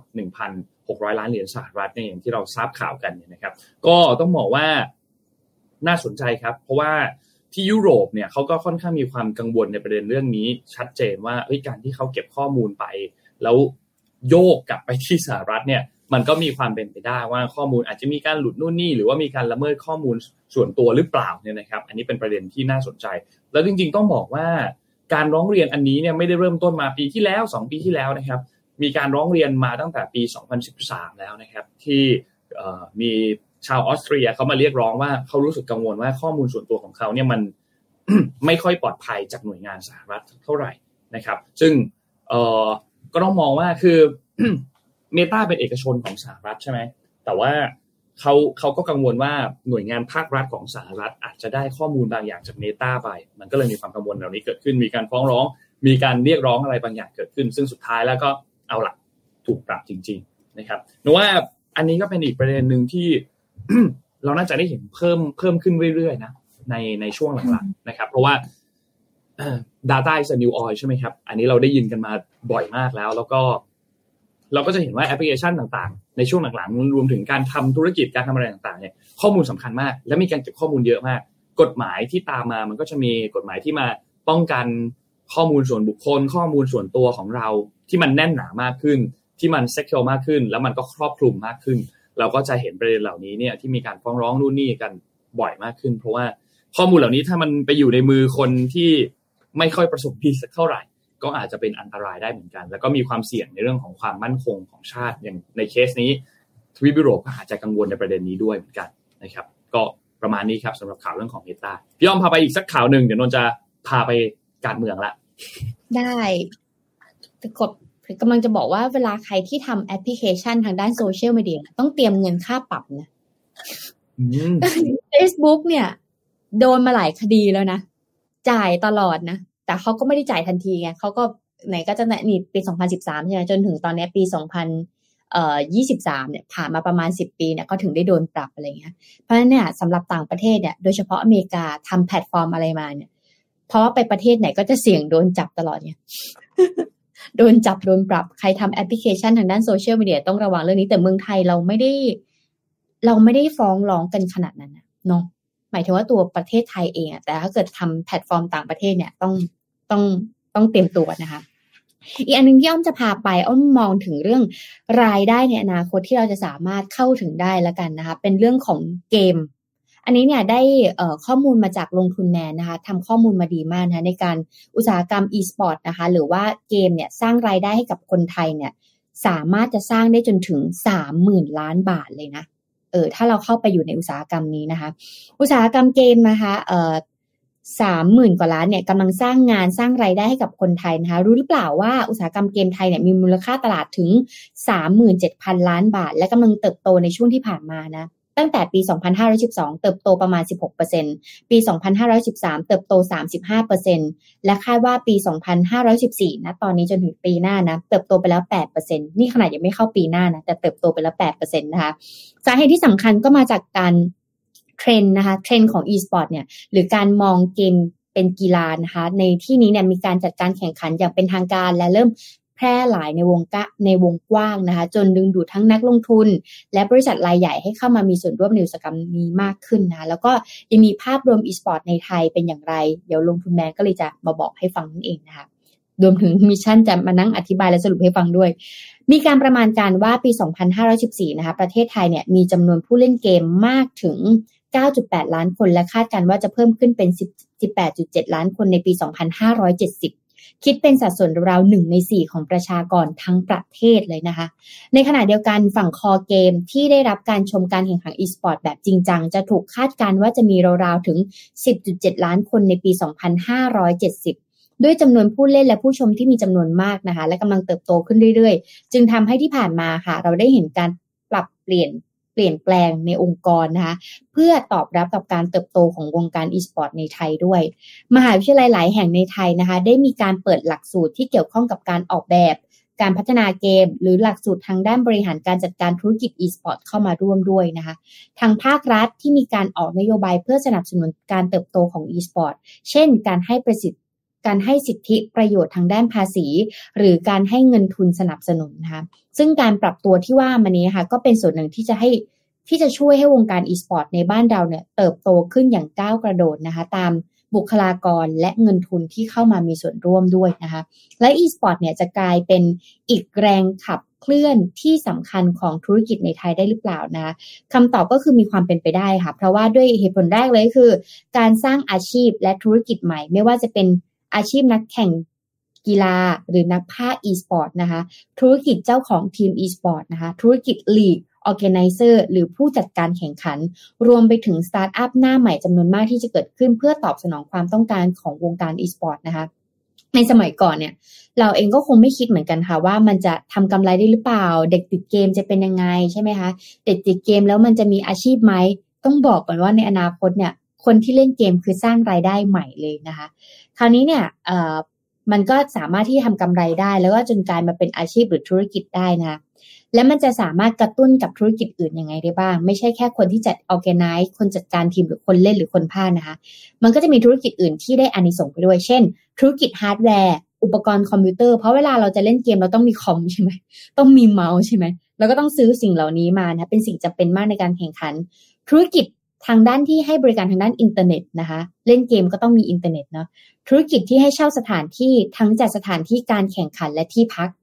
$1,600 ล้านสหรัฐอย่างที่เราทราบข่าวกันเนี่ยนะครับก็ต้องบอกว่าน่าสนใจครับเพราะว่าที่ยุโรปเนี่ยเขาก็ค่อนข้างมีความกังวลในประเด็นเรื่องนี้ชัดเจนว่าการที่เขาเก็บข้อมูลไปแล้วโยกกลับไปที่สหรัฐเนี่ยมันก็มีความเป็นไปได้ว่าข้อมูลอาจจะมีการหลุดนู่นนี่หรือว่ามีการละเมิดข้อมูลส่วนตัวหรือเปล่าเนี่ยนะครับอันนี้เป็นประเด็นที่น่าสนใจแล้วจริงๆต้องบอกว่าการร้องเรียนอันนี้เนี่ยไม่ได้เริ่มต้นมาปีที่แล้ว2ปีที่แล้วนะครับมีการร้องเรียนมาตั้งแต่ปี2013แล้วนะครับที่มีชาวออสเตรียเขามาเรียกร้องว่าเขารู้สึกกังวลว่าข้อมูลส่วนตัวของเขาเนี่ยมันไม่ค่อยปลอดภัยจากหน่วยงานสหรัฐเท่าไหร่นะครับซึ่งก็ต้องมองว่าคือ Meta เป็นเอกชนของสหรัฐใช่ไหมแต่ว่าเขาก็กังวลว่าหน่วยงานภาครัฐของสหรัฐอาจจะได้ข้อมูลบางอย่างจาก Meta ไปมันก็เลยมีความกังวลเหล่านี้เกิดขึ้นมีการฟ้องร้องมีการเรียกร้องอะไรบางอย่างเกิดขึ้นซึ่งสุดท้ายแล้วก็เอาล่ะถูกปรับจริงๆนะครับหนูว่าอันนี้ก็เป็นอีกประเด็นนึงที่ เราน่าจะได้เห็นเพิ่มขึ้นเรื่อยๆนะในช่วงหลังๆนะครับเพราะว่าdata is a new oil ใช่ไหมครับอันนี้เราได้ยินกันมาบ่อยมากแล้วก็เราก็จะเห็นว่าแอปพลิเคชันต่างๆในช่วงหลังๆรวมถึงการทำธุรกิจการทำอะไรต่างๆเนี่ยข้อมูลสำคัญมากและมีการเก็บข้อมูลเยอะมากกฎหมายที่ตามมามันก็จะมีกฎหมายที่มาป้องกันข้อมูลส่วนบุคคลข้อมูลส่วนตัวของเราที่มันแน่นหนามากขึ้นที่มัน secure มากขึ้นแล้วมันก็ครอบคลุมมากขึ้นเราก็จะเห็นประเด็นเหล่านี้เนี่ยที่มีการฟ้องร้องนู่นนี่กันบ่อยมากขึ้นเพราะว่าข้อมูลเหล่านี้ถ้ามันไปอยู่ในมือคนที่ไม่ค่อยประสบดีสักเท่าไหร่ก็อาจจะเป็นอันตรายได้เหมือนกันแล้วก็มีความเสี่ยงในเรื่องของความมั่นคงของชาติอย่างในเคสนี้ทวีปยุโรปก็อาจจะกังวลในประเด็นนี้ด้วยเหมือนกันนะครับก็ประมาณนี้ครับสำหรับข่าวเรื่องของ Meta พี่อ้อมพาไปอีกสักข่าวนึงเดี๋ยวนนท์จะพาไปการเมืองละได้แต่กำลังจะบอกว่าเวลาใครที่ทำแอปพลิเคชันทางด้านโซเชียลมีเดียต้องเตรียมเงินค่าปรับนะ Facebook เนี่ยโดนมาหลายคดีแล้วนะจ่ายตลอดนะแต่เขาก็ไม่ได้จ่ายทันทีไงเขาก็ไหนก็จะนี่ปี2013ใช่ไหมจนถึงตอนนี้ปี2023เนี่ยผ่านมาประมาณ10ปีเนี่ยก็ถึงได้โดนปรับอะไรเงี้ยเพราะฉะนั้นเนี่ยสำหรับต่างประเทศเนี่ยโดยเฉพาะอเมริกาทำแพลตฟอร์มอะไรมาเนี่ยเพราะว่าไปประเทศไหนก็จะเสี่ยงโดนจับตลอดเนี่ย โดนจับโดนปรับใครทำแอปพลิเคชันทางด้านโซเชียลมีเดียต้องระวังเรื่องนี้แต่เมืองไทยเราไม่ได้ฟ้องร้องกันขนาดนั้นเนาะหมายถึงว่าตัวประเทศไทยเองแต่ถ้าเกิดทำแพลตฟอร์มต่างประเทศเนี่ยต้องเตรียมตัวนะคะอีกอันนึงที่อ้อมจะพาไปอ้อมมองถึงเรื่องรายได้ในอนาคตที่เราจะสามารถเข้าถึงได้แล้วกันนะคะเป็นเรื่องของเกมอันนี้เนี่ยได้ข้อมูลมาจากลงทุนแมนนะคะทำข้อมูลมาดีมากนะคะในการอุตสาหกรรม e-sport นะคะหรือว่าเกมเนี่ยสร้างรายได้ให้กับคนไทยเนี่ยสามารถจะสร้างได้จนถึง 30,000 ล้านบาทเลยนะถ้าเราเข้าไปอยู่ในอุตสาหกรรมนี้นะคะอุตสาหกรรมเกมนะคะ30,000 กว่าล้านเนี่ยกำลังสร้างงานสร้างรายได้ให้กับคนไทยนะคะรู้หรือเปล่าว่าอุตสาหกรรมเกมไทยเนี่ยมีมูลค่าตลาดถึง 37,000 ล้านบาทและกำลังเติบโตในช่วงที่ผ่านมานะตั้งแต่ปี2512เติบโตประมาณ 16% ปี2513เติบโต 35% และคาดว่าปี2514นะตอนนี้จนถึงปีหน้านะเติบโตไปแล้ว 8% นี่ขนาดยังไม่เข้าปีหน้านะแต่เติบโตไปแล้ว 8% นะคะสาเหตุที่สำคัญก็มาจากการเทรนด์นะคะเทรนด์ของ e-sport เนี่ยหรือการมองเกมเป็นกีฬานะคะในที่นี้เนี่ยมีการจัดการแข่งขันอย่างเป็นทางการและเริ่มแพร่หลายในวงกว้างนะคะจนดึงดูดทั้งนักลงทุนและบริษัทรายใหญ่ให้เข้ามามีส่วนร่วมในอุตสาหกรรมนี้มากขึ้นนะแล้วก็ยังมีภาพรวม e-sport ในไทยเป็นอย่างไรเดี๋ยวลงทุนแมนก็เลยจะมาบอกให้ฟังนั่นเองนะคะรวมถึงมิชชั่นจะมานั่งอธิบายและสรุปให้ฟังด้วยมีการประมาณการว่าปี2514นะคะประเทศไทยเนี่ยมีจำนวนผู้เล่นเกมมากถึง 9.8 ล้านคนและคาดการว่าจะเพิ่มขึ้นเป็น 18.7 ล้านคนในปี2570คิดเป็นสัดส่วนราวๆ1 ใน 4ของประชากรทั้งประเทศเลยนะคะในขณะเดียวกันฝั่งคอเกมที่ได้รับการชมการแข่งขัน e-sport แบบจริงจังจะถูกคาดการว่าจะมีราวๆถึง 10.7 ล้านคนในปี2570ด้วยจำนวนผู้เล่นและผู้ชมที่มีจำนวนมากนะคะและกำลังเติบโตขึ้นเรื่อยๆจึงทำให้ที่ผ่านมาค่ะเราได้เห็นการปรับเปลี่ยนแปลงในองค์กรนะคะเพื่อตอบรับกับการเติบโตของวงการ e-sport ในไทยด้วยมหาวิทยาลัยหลายแห่งในไทยนะคะได้มีการเปิดหลักสูตรที่เกี่ยวข้องกับการออกแบบการพัฒนาเกมหรือหลักสูตรทางด้านบริหารการจัดการธุรกิจ e-sport เข้ามาร่วมด้วยนะคะทางภาครัฐที่มีการออกนโยบายเพื่อสนับสนุนการเติบโตของ e-sport เช่นการให้สิทธิประโยชน์ทางด้านภาษีหรือการให้เงินทุนสนับสนุนนะคะซึ่งการปรับตัวที่ว่ามานี้ค่ะก็เป็นส่วนหนึ่งที่จะช่วยให้วงการ e-sport ในบ้านเราเนี่ยเติบโตขึ้นอย่างก้าวกระโดดนะคะตามบุคลากรและเงินทุนที่เข้ามามีส่วนร่วมด้วยนะคะและ e-sport เนี่ยจะกลายเป็นอีกแรงขับเคลื่อนที่สำคัญของธุรกิจในไทยได้หรือเปล่านะคะคำตอบก็คือมีความเป็นไปได้ค่ะเพราะว่าด้วยเหตุผลแรกเลยคือการสร้างอาชีพและธุรกิจใหม่ไม่ว่าจะเป็นอาชีพนักแข่งกีฬาหรือนักพากย์ e-sport นะคะธุรกิจเจ้าของทีม e-sport นะคะธุรกิจลีก organizer หรือผู้จัดการแข่งขันรวมไปถึงสตาร์ทอัพหน้าใหม่จำนวนมากที่จะเกิดขึ้นเพื่อตอบสนองความต้องการของวงการ e-sport นะคะในสมัยก่อนเนี่ยเราเองก็คงไม่คิดเหมือนกันค่ะว่ามันจะทำกำไรได้หรือเปล่าเด็กติดเกมจะเป็นยังไงใช่ไหมคะเด็กติดเกมแล้วมันจะมีอาชีพไหมต้องบอกก่อนว่าในอนาคตเนี่ยคนที่เล่นเกมคือสร้างรายได้ใหม่เลยนะคะคราวนี้เนี่ยมันก็สามารถที่จะทำกำไรได้แล้วก็จนกลายมาเป็นอาชีพหรือธุรกิจได้นะคะและมันจะสามารถกระตุ้นกับธุรกิจอื่นยังไงได้บ้างไม่ใช่แค่คนที่จัด organize คนจัดการทีมหรือคนเล่นหรือคนพากย์นะคะมันก็จะมีธุรกิจอื่นที่ได้อานิสงส์ไปด้วยเช่นธุรกิจฮาร์ดแวร์อุปกรณ์คอมพิวเตอร์เพราะเวลาเราจะเล่นเกมเราต้องมีคอมใช่ไหมต้องมีเมาส์ใช่ไหมแล้วก็ต้องซื้อสิ่งเหล่านี้มานะเป็นสิ่งจำเป็นมากในการแข่งขันธุรกิจทางด้านที่ให้บริการทางด้านอินเทอร์เน็ตนะคะเล่นเกมก็ต้องมีอินเทอร์เน็ตเนาะธุรกิจที่ให้เช่าสถานที่ทั้งจัดสถานที่การแข่งขันและที่พัก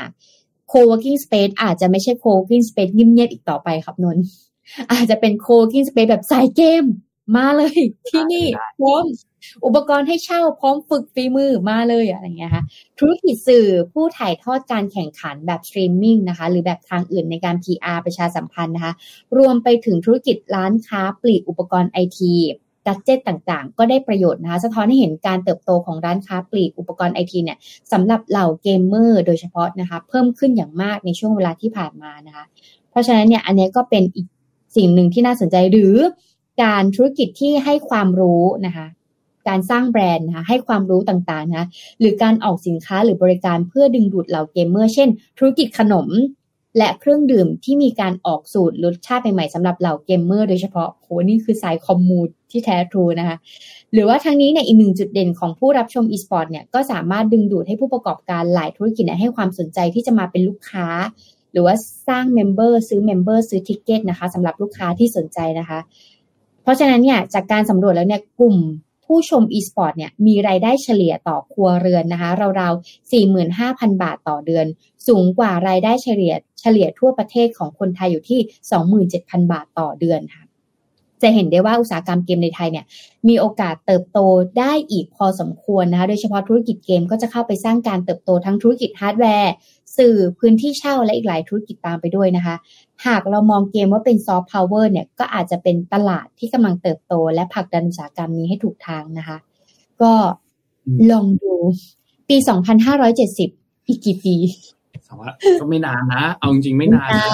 co-working space อาจจะไม่ใช่ co-working space เงียบๆอีกต่อไปครับนนท์อาจจะเป็น co-working space แบบสายเกมมาเลยที่นี่พร้อมอุปกรณ์ให้เช่าพร้อมฝึกฝีมือมาเลยอะไรอย่างเงี้ยค่ะธุรกิจสื่อผู้ถ่ายทอดการแข่งขันแบบสตรีมมิ่งนะคะหรือแบบทางอื่นในการ PR ประชาสัมพันธ์นะคะรวมไปถึงธุรกิจร้านค้าปลีกอุปกรณ์ ITกัดเจ็ตต่างๆก็ได้ประโยชน์นะคะสะท้อนให้เห็นการเติบโตของร้านค้าปลีกอุปกรณ์ IT เนี่ยสำหรับเหล่าเกมเมอร์โดยเฉพาะนะคะเพิ่มขึ้นอย่างมากในช่วงเวลาที่ผ่านมานะคะเพราะฉะนั้นเนี่ยอันนี้ก็เป็นอีกสิ่งหนึ่งที่น่าสนใจหรือการธุรกิจที่ให้ความรู้นะคะการสร้างแบรนด์นะคะให้ความรู้ต่างๆนะหรือการออกสินค้าหรือบริการเพื่อดึงดูดเหล่าเกมเมอร์เช่นธุรกิจขนมและเครื่องดื่มที่มีการออกสูตรรสชาติใหม่ๆสำหรับเหล่าเกมเมอร์โดยเฉพาะโหนี่คือสายคอมมูที่แท้ทรูนะคะหรือว่าทั้งนี้เนี่ยอีกหนึ่งจุดเด่นของผู้รับชม e-sport เนี่ยก็สามารถดึงดูดให้ผู้ประกอบการหลายธุรกิจเนี่ยให้ความสนใจที่จะมาเป็นลูกค้าหรือว่าสร้างเมมเบอร์ซื้อเมมเบอร์ซื้อทิกเก็ตนะคะสำหรับลูกค้าที่สนใจนะคะเพราะฉะนั้นเนี่ยจากการสำรวจแล้วเนี่ยกลุ่มผู้ชม e-sport เนี่ยมีรายได้เฉลี่ยต่อครัวเรือนนะคะราวๆ 45,000 บาทต่อเดือนสูงกว่ารายได้เฉลี่ยทั่วประเทศของคนไทยอยู่ที่ 27,000 บาทต่อเดือนค่ะจะเห็นได้ว่าอุตสาหกรรมเกมในไทยเนี่ยมีโอกาสเติบโตได้อีกพอสมควรนะคะโดยเฉพาะธุรกิจเกมก็จะเข้าไปสร้างการเติบโตทั้งธุรกิจฮาร์ดแวร์สื่อพื้นที่เช่าและอีกหลายธุรกิจตามไปด้วยนะคะหากเรามองเกมว่าเป็นซอฟต์พาวเวอร์เนี่ยก็อาจจะเป็นตลาดที่กำลังเติบโตและผลักดันอุตสาหกรรมนี้ให้ถูกทางนะคะก็ลองดูปี 2570 อีกกี่ปีก็ไม่นานนะเอาจริงๆไม่นานนะ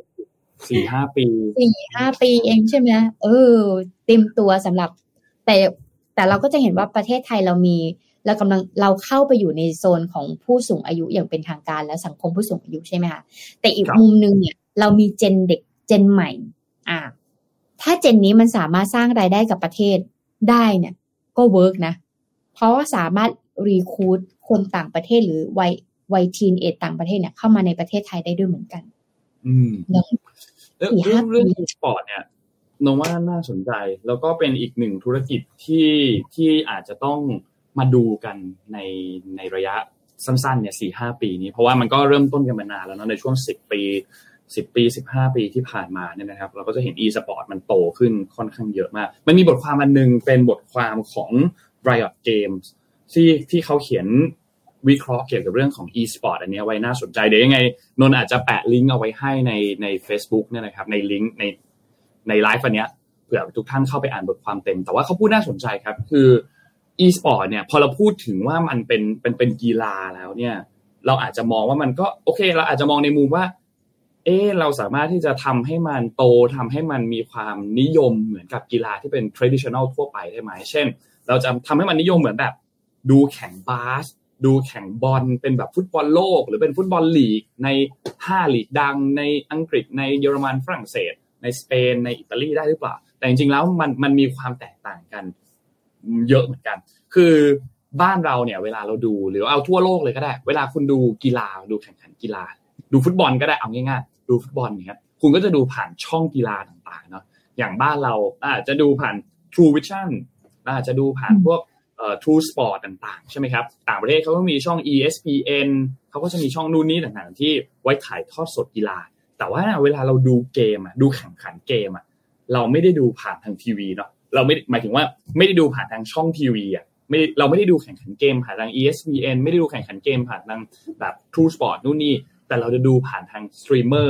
4-5 ปี 4-5 ปีเองใช่ไหมเต็มตัวสำหรับแต่เราก็จะเห็นว่าประเทศไทยเราเข้าไปอยู่ในโซนของผู้สูงอายุอย่างเป็นทางการและสังคมผู้สูงอายุใช่ไหมคะแต่อีกมุมนึงเนี่ยเรามีเจนเด็กเจนใหม่ถ้าเจนนี้มันสามารถสร้างรายได้กับประเทศได้เนี่ยก็เวิร์กนะเพราะว่าสามารถรีคูดคนต่างประเทศหรือวัยทีนเอจต่างประเทศเนี่ยเข้ามาในประเทศไทยได้ด้วยเหมือนกันเรื่อง e-sport เนี่ยน้องว่าน่าสนใจแล้วก็เป็นอีกหนึ่งธุรกิจที่อาจจะต้องมาดูกันในระยะสั้นๆเนี่ย 4-5 ปีนี้เพราะว่ามันก็เริ่มต้นกันมานานแล้วเนาะในช่วง10 ปี15 ปีที่ผ่านมาเนี่ยนะครับเราก็จะเห็น e-sport มันโตขึ้นค่อนข้างเยอะมากมันมีบทความอันนึงเป็นบทความของ Riot Games ที่เขาเขียนวิเคราะห์เกี่ยวกับเรื่องของ e-sport อันนี้ไว้น่าสนใจเดี๋ยวยังไงนนท์อาจจะแปะลิงก์เอาไว้ให้ใน Facebook เนี่ยนะครับในลิงก์ในไลฟ์อันเนี้ยเผื่อทุกท่านเข้าไปอ่านบทความเต็มแต่ว่าเขาพูดน่าสนใจครับคือ e-sport เนี่ยพอเราพูดถึงว่ามันเป็นกีฬาแล้วเนี่ยเราอาจจะมองว่ามันก็โอเคเราอาจจะมองในมุมว่าเราสามารถที่จะทำให้มันโตทำให้มันมีความนิยมเหมือนกับกีฬาที่เป็น traditional ทั่วไปได้ไหมเช่นเราจะทำให้มันนิยมเหมือนแบบดูแข่งบาสดูแข่งบอลเป็นแบบฟุตบอลโลกหรือเป็นฟุตบอลลีกใน5ลีกดังในอังกฤษในเยอรมันฝรั่งเศสในสเปนในอิตาลีได้หรือเปล่าแต่จริงๆแล้วมันมีความแตกต่างกันเยอะเหมือนกันคือบ้านเราเนี่ยเวลาเราดูหรือเอาทั่วโลกเลยก็ได้เวลาคุณดูกีฬาดูแข่งขันกีฬาดูฟุตบอลก็ได้เอาง่ายๆดูฟุตบอลเนี่ยคุณก็จะดูผ่านช่องกีฬาต่างๆเนาะอย่างบ้านเราอาจจะดูผ่าน True Vision อาจจะดูผ่านพวกTrue Sport ต่างๆใช่ไหมครับต่างประเทศเขาก็มีช่อง ESPN เขาก็จะมีช่องนู่นนี่ต่างๆที่ไว้ถ่ายทอดสดกีฬาแต่ว่าเวลาเราดูเกมดูแข่งขันเกมเราไม่ได้ดูผ่านทางทีวีเนาะเราไม่หมายถึงว่าไม่ได้ดูผ่านทางช่องทีวีเราไม่ได้ดูแข่งขันเกมผ่านทาง ESPN ไม่ได้ดูแข่งขันเกมผ่านทางแบบ True Sport นู่นนี่แต่เราจะดูผ่านทางสตรีมเมอร์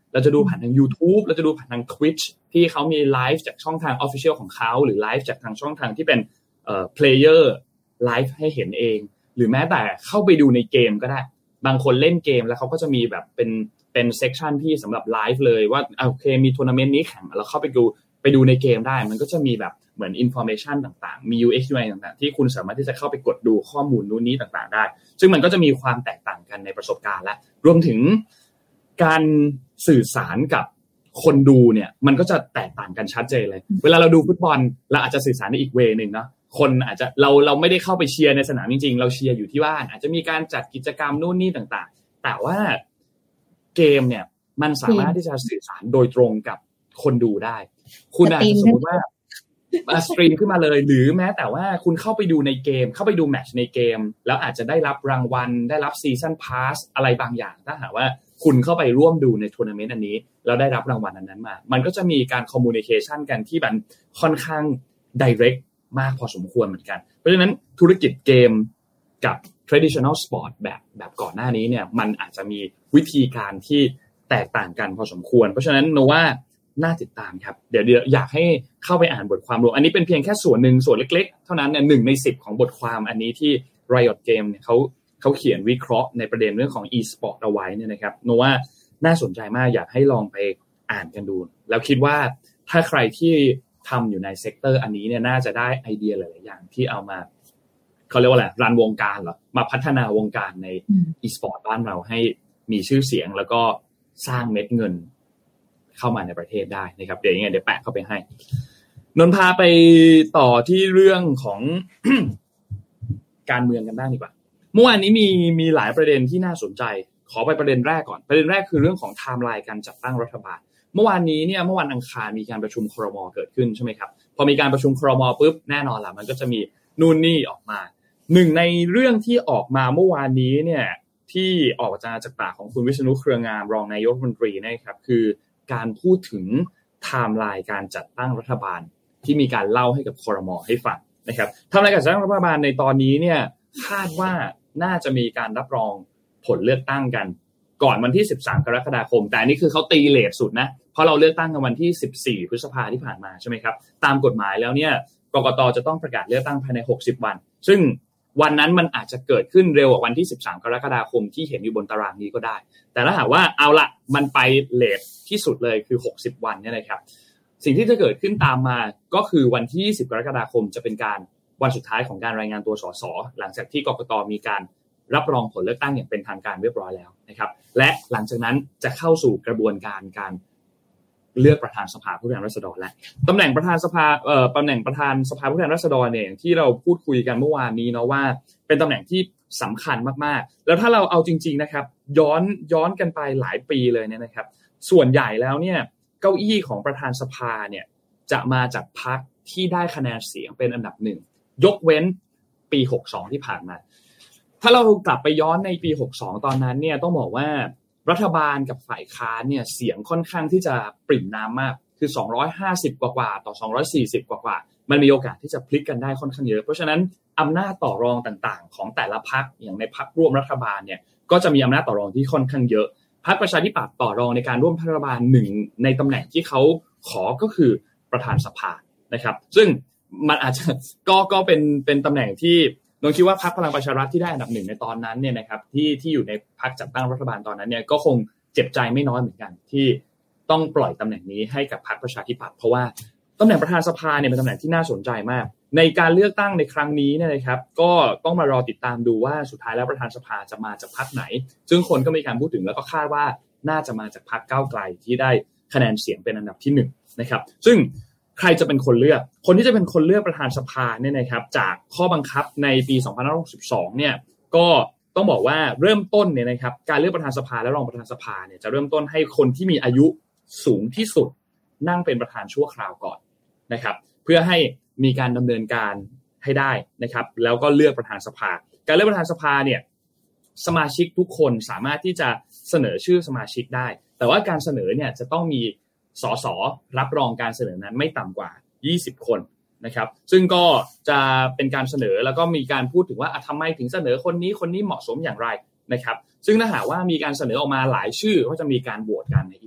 เราจะดูผ่านทาง YouTube เราจะดูผ่านทาง Twitch ที่เขามีไลฟ์จากช่องทาง Official ของเขาหรือไลฟ์จากทางช่องทางที่เป็นplayer ไลฟ์ให้เห็นเองหรือแม้แต่เข้าไปดูในเกมก็ได้บางคนเล่นเกมแล้วเขาก็จะมีแบบเป็นเซกชันที่สำหรับไลฟ์เลยว่าโอเคมีทัวร์นาเมนต์นี้แข่งแล้วเข้าไปดูในเกมได้มันก็จะมีแบบเหมือน information ต่างๆมี UX UI ต่างๆที่คุณสามารถที่จะเข้าไปกดดูข้อมูลนู้นนี้ต่างๆได้ซึ่งมันก็จะมีความแตกต่างกันในประสบการณ์และรวมถึงการสื่อสารกับคนดูเนี่ยมันก็จะแตกต่างกันชัดเจนเลยเวลาเราดูฟุตบอลเราอาจจะสื่อสารในอีกเวย์นึงเนาะคนอาจจะเราไม่ได้เข้าไปเชียร์ในสนามจริงๆเราเชียร์อยู่ที่บ้านอาจจะมีการจัดกิจกรรมนู่นนี่ต่างๆแต่ว่าเกมเนี่ยมันสามารถที่จะสื่อสารโดยตรงกับคนดูได้คุณอาจจะสมมติว่าสตรีมขึ้นมาเลยหรือแม้แต่ว่าคุณเข้าไปดูในเกมเข้าไปดูแมตช์ในเกมแล้วอาจจะได้รับรางวัลได้รับซีซั่นพาสอะไรบางอย่างถ้าหากว่าคุณเข้าไปร่วมดูในทัวร์นาเมนต์อันนี้แล้วได้รับรางวัลนั้นมามันก็จะมีการคอมมูนิเคชันกันที่มันค่อนข้างไดเรกมากพอสมควรเหมือนกันเพราะฉะนั้นธุรกิจเกมกับ traditional sport แบบก่อนหน้านี้เนี่ยมันอาจจะมีวิธีการที่แตกต่างกันพอสมควรเพราะฉะนั้นโนว่าน่าติดตามครับเดี๋ยวอยากให้เข้าไปอ่านบทความรวมอันนี้เป็นเพียงแค่ส่วนหนึ่งส่วนเล็กๆเท่านั้นเนี่ย1 ใน 10ของบทความอันนี้ที่ Riot Game เนี่ยเขาเขียนวิเคราะห์ในประเด็นเรื่องของ e-sport เอาไว้เนี่ยนะครับโนว่าน่าสนใจมากอยากให้ลองไปอ่านกันดูแล้วคิดว่าถ้าใครที่ทำอยู่ในเซกเตอร์อันนี้เนี่ยน่าจะได้ไอเดียหลายๆอย่างที่เอามาเขาเรียกว่าอะไรรันวงการเหรอมาพัฒนาวงการใน e-sport บ้านเราให้มีชื่อเสียงแล้วก็สร้างเม็ดเงินเข้ามาในประเทศได้นะครับเดี๋ยวแปะเข้าไปให้นนพาไปต่อที่เรื่องของ การเมืองกันบ้างดีกว่าเมื่อวานนี้มีหลายประเด็นที่น่าสนใจขอไปประเด็นแรกก่อนประเด็นแรกคือเรื่องของไทม์ไลน์การจัดตั้งรัฐบาลเมื่อวานนี้เนี่ยเมื่อวันอังคารมีการประชุมครม.เกิดขึ้นใช่ไหมครับพอมีการประชุมครม.ปุ๊บแน่นอนล่ะมันก็จะมีนู่นนี่ออกมาหนึ่งในเรื่องที่ออกมาเมื่อวานนี้เนี่ยที่ออกจากปากของคุณวิษณุเครืองามรองนายกรัฐมนตรีนะครับคือการพูดถึงไทม์ไลน์การจัดตั้งรัฐบาลที่มีการเล่าให้กับครม.ให้ฟังนะครับไทม์ไลน์การจัดตั้งรัฐบาลในตอนนี้เนี่ยคาดว่าน่าจะมีการรับรองผลเลือกตั้งกันก่อนวันที่13กรกฎาคมแต่อันนี้คือเขาตีเลทสุดนะเพราะเราเลือกตั้งกันวันที่14พฤษภาคมที่ผ่านมาใช่ไหมครับตามกฎหมายแล้วเนี่ยกกต.จะต้องประกาศเลือกตั้งภายใน60วันซึ่งวันนั้นมันอาจจะเกิดขึ้นเร็วกว่าวันที่13กรกฎาคมที่เห็นอยู่บนตารางนี้ก็ได้แต่ถ้าหากว่าเอาละมันไปเลทที่สุดเลยคือ60วันเนี่ยนะครับสิ่งที่จะเกิดขึ้นตามมาก็คือวันที่20กรกฎาคมจะเป็นการวันสุดท้ายของการรายงานตัวสสหลังจากที่กกต.มีการรับรองผลเลือกตั้งอย่างเป็นทางการเรียบร้อยแล้วนะครับและหลังจากนั้นจะเข้าสู่กระบวนการเลือกประธานสภาผู้แทนราษฎรและตำแหน่งประธานสภาตำแหน่งประธานสภาผู้แทนราษฎรเนี่ยที่เราพูดคุยกันเมื่อวานนี้เนาะว่าเป็นตำแหน่งที่สำคัญมากๆแล้วถ้าเราเอาจริงๆนะครับย้อนกันไปหลายปีเลยเนี่ยนะครับส่วนใหญ่แล้วเนี่ยเก้าอี้ของประธานสภาเนี่ยจะมาจากพรรคที่ได้คะแนนเสียงเป็นอันดับหนึ่งยกเว้นปี62ที่ผ่านมาถ้าเรากลับไปย้อนในปี62ตอนนั้นเนี่ยต้องบอกว่ารัฐบาลกับฝ่ายค้านเนี่ยเสียงค่อนข้างที่จะปริ่มน้ำมากคือ250กว่าต่อ240กว่ามันมีโอกาสที่จะพลิกกันได้ค่อนข้างเยอะเพราะฉะนั้นอำนาจต่อรองต่างๆของแต่ละพรรคอย่างในพรรคร่วมรัฐบาลเนี่ยก็จะมีอำนาจต่อรองที่ค่อนข้างเยอะพรรคประชาธิปัตย์ต่อรองในการร่วมรัฐบาลหนึ่งในตำแหน่งที่เขาขอก็คือประธานสภานะครับซึ่งมันอาจจะก็เป็นตำแหน่งที่นนคิดว่าพรรคพลังประชารัฐที่ได้อันดับหนึ่งในตอนนั้นเนี่ยนะครับที่อยู่ในพรรคจัดตั้งรัฐบาลตอนนั้นเนี่ยก็คงเจ็บใจไม่น้อยเหมือนกันที่ต้องปล่อยตำแหน่งนี้ให้กับพรรคประชาธิปัตย์เพราะว่าตำแหน่งประธานสภาเนี่ยเป็นตำแหน่งที่น่าสนใจมากในการเลือกตั้งในครั้งนี้เนี่ยนะครับก็ต้องมารอติดตามดูว่าสุดท้ายแล้วประธานสภาจะมาจากพรรคไหนซึ่งคนก็มีการพูดถึงแล้วก็คาดว่าน่าจะมาจากพรรคก้าวไกลที่ได้คะแนนเสียงเป็นอันดับที่1นะครับซึ่งใครจะเป็นคนเลือกคนที่จะเป็นคนเลือกประธานสภาเนี่ยนะครับจากข้อบังคับในปี2562เนี่ยก็ต้องบอกว่าเริ่มต้นเนี่ยนะครับการเลือกประธานสภาและรองประธานสภาเนี่ยจะเริ่มต้นให้คนที่มีอายุสูงที่สุดนั่งเป็นประธานชั่วคราวก่อนนะครับเพื่อให้มีการดำเนินการให้ได้นะครับแล้วก็เลือกประธานสภาการเลือกประธานสภาเนี่ยสมาชิกทุกคนสามารถที่จะเสนอชื่อสมาชิกได้แต่ว่าการเสนอเนี่ยจะต้องมีสสรับรองการเสนอนั้นไม่ต่ำกว่า20คนนะครับซึ่งก็จะเป็นการเสนอแล้วก็มีการพูดถึงว่าทำไมถึงเสนอคนนี้เหมาะสมอย่างไรนะครับซึ่งถ้าหากว่ามีการเสนอออกมาหลายชื่อก็จะมีการโหวตกันในอินเดีย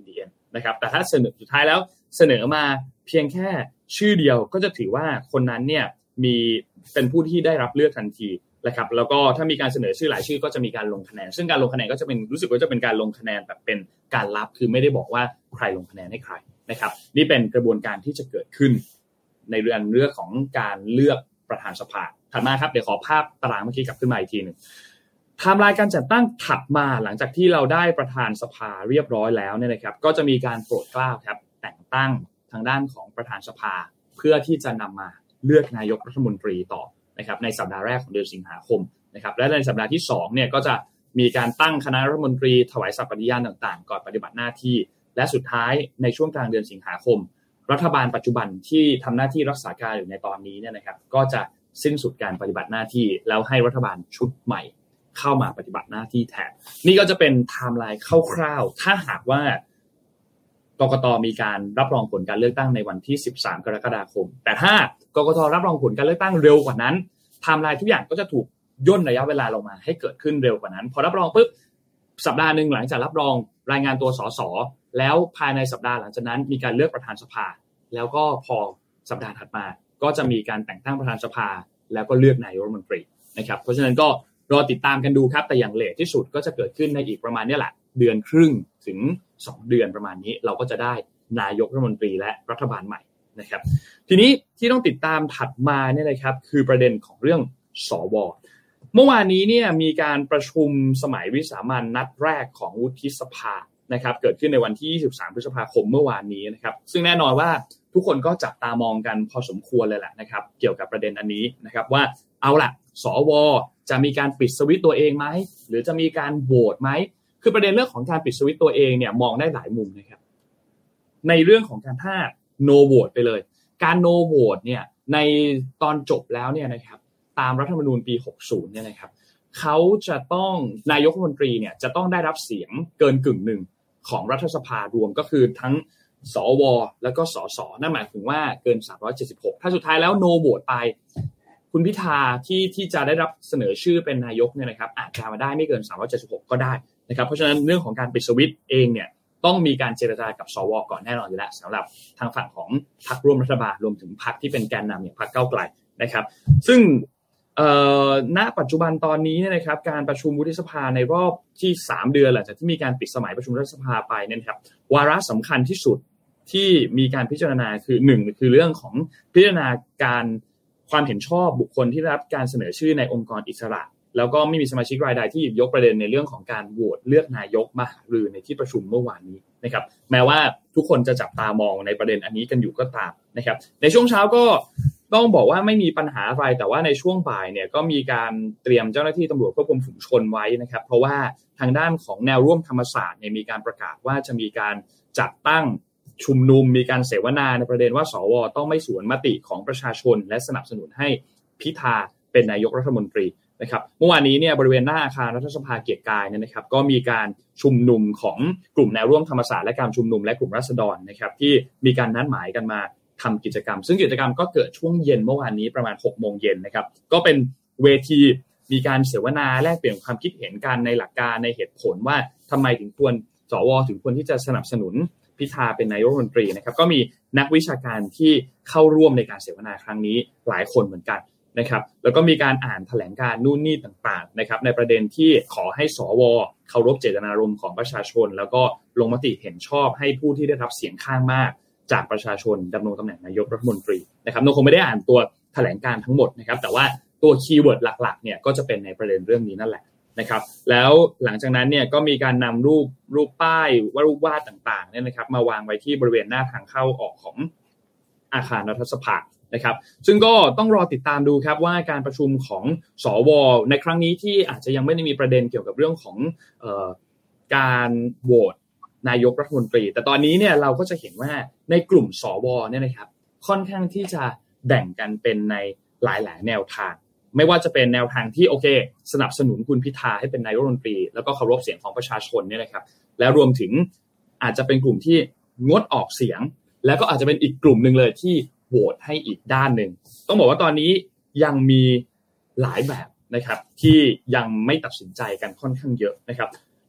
นะครับแต่ถ้าเสนอสุดท้ายแล้วเสนอมาเพียงแค่ชื่อเดียวก็จะถือว่าคนนั้นเนี่ยมีเป็นผู้ที่ได้รับเลือกทันทีนะครับแล้วก็ถ้ามีการเสนอชื่อหลายชื่อก็จะมีการลงคะแนนซึ่งการลงคะแนนก็จะเป็นรู้สึกว่าจะเป็นการลงคะแนนแบบเป็นการลับคือไม่ได้บอกว่าใครลงคะแนนให้ใครนะครับนี่เป็นกระบวนการที่จะเกิดขึ้นในเรื่องของการเลือกประธานสภาถัดมาครับเดี๋ยวขอภาพตารางเมื่อกี้กลับขึ้นมาอีกทีนึงไทม์ไลน์การจัดตั้งถัดมาหลังจากที่เราได้ประธานสภาเรียบร้อยแล้วเนี่ยนะครับก็จะมีการโปรดเกล้าครับแต่งตั้งทางด้านของประธานสภาเพื่อที่จะนำมาเลือกนายกรัฐมนตรีต่อนะครับในสัปดาห์แรกของเดือนสิงหาคมนะครับและในสัปดาห์ที่2เนี่ยก็จะมีการตั้งคณะรัฐมนตรีถวายสัตย์ปฏิญาณต่างๆก่อนปฏิบัติหน้าที่และสุดท้ายในช่วงกลางเดือนสิงหาคมรัฐบาลปัจจุบันที่ทำหน้าที่รักษาการอยู่ในตอนนี้เนี่ยนะครับก็จะสิ้นสุดการปฏิบัติหน้าที่แล้วให้รัฐบาลชุดใหม่เข้ามาปฏิบัติหน้าที่แทนนี่ก็จะเป็นไทม์ไลน์คร่าวๆถ้าหากว่ากกต.มีการรับรองผลการเลือกตั้งในวันที่13กรกฎาคมแต่ถ้ากกต.รับรองผลการเลือกตั้งเร็วกว่านั้นไทม์ไลน์ทุกอย่างก็จะถูกย่นระยะเวลาลงมาให้เกิดขึ้นเร็วกว่านั้นพอรับรองปุ๊บสัปดาห์นึงหลังจากรับรองรายงานตัวสสแล้วภายในสัปดาห์หลังจากนั้นมีการเลือกประธานสภาแล้วก็พอสัปดาห์ถัดมาก็จะมีการแต่งตั้งประธานสภาแล้วก็เลือกนายกรัฐมนตรีนะครับเพราะฉะนั้นก็รอติดตามกันดูครับแต่อย่างเลทที่สุดก็จะเกิดขึ้นในอีกประมาณนี้แหละเดือนครึ่งถึง2เดือนประมาณนี้เราก็จะได้นายกรัฐมนตรีและรัฐบาลใหม่นะครับทีนี้ที่ต้องติดตามถัดมาเนี่ยนะครับคือประเด็นของเรื่องสว.เมื่อวานนี้เนี่ยมีการประชุมสมัยวิสามัญนัดแรกของวุฒิสภานะครับเกิดขึ้นในวันที่23พฤษภาคมเมื่อวานนี้นะครับซึ่งแน่นอนว่าทุกคนก็จับตามองกันพอสมควรเลยแหละนะครับเกี่ยวกับประเด็นอันนี้นะครับว่าเอาล่ะสว.จะมีการปิดสวิตช์ตัวเองไหมหรือจะมีการโหวตไหมคือประเด็นเรื่องของการปิดสวิตช์ตัวเองเนี่ยมองได้หลายมุมนะครับในเรื่องของการถ้า no vote ไปเลยการ no vote เนี่ยในตอนจบแล้วเนี่ยนะครับตามรัฐธรรมนูญปี60เนี่ยนะครับเขาจะต้องนายกรัฐมนตรีเนี่ยจะต้องได้รับเสียงเกินกึ่งหนึ่งของรัฐสภารวมก็คือทั้งสวแล้วก็สสนั่นหมายถึงว่าเกิน376ถ้าสุดท้ายแล้ว no vote ไปคุณพิธาที่จะได้รับเสนอชื่อเป็นนายกเนี่ยนะครับอาจจะมาได้ไม่เกิน376ก็ได้นะครับเพราะฉะนั้นเรื่องของการปิดสวิตช์เองเนี่ยต้องมีการเจรจากับสวก่อนแน่นอนอยู่แล้วสำหรับทางฝั่งของพรรคร่วมรัฐบาลรวมถึงพรรคที่เป็นแกนนำอย่างพรรคก้าวไกลนะครับซึ่งณปัจจุบันตอนนี้เนี่ยนะครับการประชุมวุฒิสภาในรอบที่3เดือนหลังจากที่มีการปิดสมัยประชุมรัฐสภาไปเนี่ยครับวาระสำคัญที่สุดที่มีการพิจารณาคือ1คือเรื่องของพิจารณาการความเห็นชอบบุคคลที่ได้รับการเสนอชื่อในองค์กรอิสระแล้วก็ไม่มีสมาชิกรายใดที่หยิบยกประเด็นในเรื่องของการโหวตเลือกนายกมาหารือในที่ประชุมเมื่อวานนี้นะครับแม้ว่าทุกคนจะจับตามองในประเด็นอันนี้กันอยู่ก็ตามนะครับในช่วงเช้าก็ต้องบอกว่าไม่มีปัญหาอะไรแต่ว่าในช่วงบ่ายเนี่ยก็มีการเตรียมเจ้าหน้าที่ตำรวจควบคุมฝูงชนไว้นะครับเพราะว่าทางด้านของแนวร่วมธรรมศาสตร์เนี่ยมีการประกาศว่าจะมีการจัดตั้งชุมนุมมีการเสวนาในประเด็นว่าสวต้องไม่สวนมติของประชาชนและสนับสนุนให้พิธาเป็นนายกรัฐมนตรีนะครับเมื่อวานนี้เนี่ยบริเวณหน้าอาคารรัฐสภาเกียรติกายเนี่ยนะครับก็มีการชุมนุมของกลุ่มแนวร่วมธรรมศาสตร์และการชุมนุมและกลุ่มราษฎรนะครับที่มีการนัดหมายกันมาทำกิจกรรมซึ่งกิจกรรมก็เกิดช่วงเย็นเมื่อวานนี้ประมาณ 6:00 น.นะครับก็เป็นเวทีมีการเสวนาแลกเปลี่ยนความคิดเห็นกันในหลักการในเหตุผลว่าทำไมถึงควรสวถึงควรที่จะสนับสนุนพิธาเป็นนายกรัฐมนตรีนะครับก็มีนักวิชาการที่เข้าร่วมในการเสวนาครั้งนี้หลายคนเหมือนกันนะครับแล้วก็มีการอ่านแถลงการนู่นนี่ต่างๆนะครับในประเด็นที่ขอให้สวเคารพเจตนารมณ์ของประชาชนแล้วก็ลงมติเห็นชอบให้ผู้ที่ได้รับเสียงข้างมากจากประชาชนดำรงตำแหน่งนายกรัฐมนตรีนะครับเราคงไม่ได้อ่านตัวแถลงการทั้งหมดนะครับแต่ว่าตัวคีย์เวิร์ดหลักๆเนี่ยก็จะเป็นในประเด็นเรื่องนี้นั่นแหละนะครับแล้วหลังจากนั้นเนี่ยก็มีการนำรูปป้ายรูปวาดต่างๆเนี่ยนะครับมาวางไว้ที่บริเวณหน้าทางเข้าออกของอาคารรัฐสภานะครับซึ่งก็ต้องรอติดตามดูครับว่าการประชุมของสวในครั้งนี้ที่อาจจะยังไม่ได้มีประเด็นเกี่ยวกับเรื่องของการโหวตนายกรัฐมนตรีแต่ตอนนี้เนี่ยเราก็จะเห็นว่าในกลุ่มสวเนี่ยนะครับค่อนข้างที่จะแบ่งกันเป็นในหลายๆแนวทางไม่ว่าจะเป็นแนวทางที่โอเคสนับสนุนคุณพิธาให้เป็นนายกรัฐมนตรีแล้วก็เคารพเสียงของประชาชนเนี่ยนะครับแล้วรวมถึงอาจจะเป็นกลุ่มที่งดออกเสียงแล้วก็อาจจะเป็นอีกกลุ่มนึงเลยที่โหวตให้อีกด้านนึงต้องบอกว่าตอนนี้ยังมีหลายแบบนะครับที่ยังไม่ตัดสินใจกันค่อนข้างเยอะนะครับ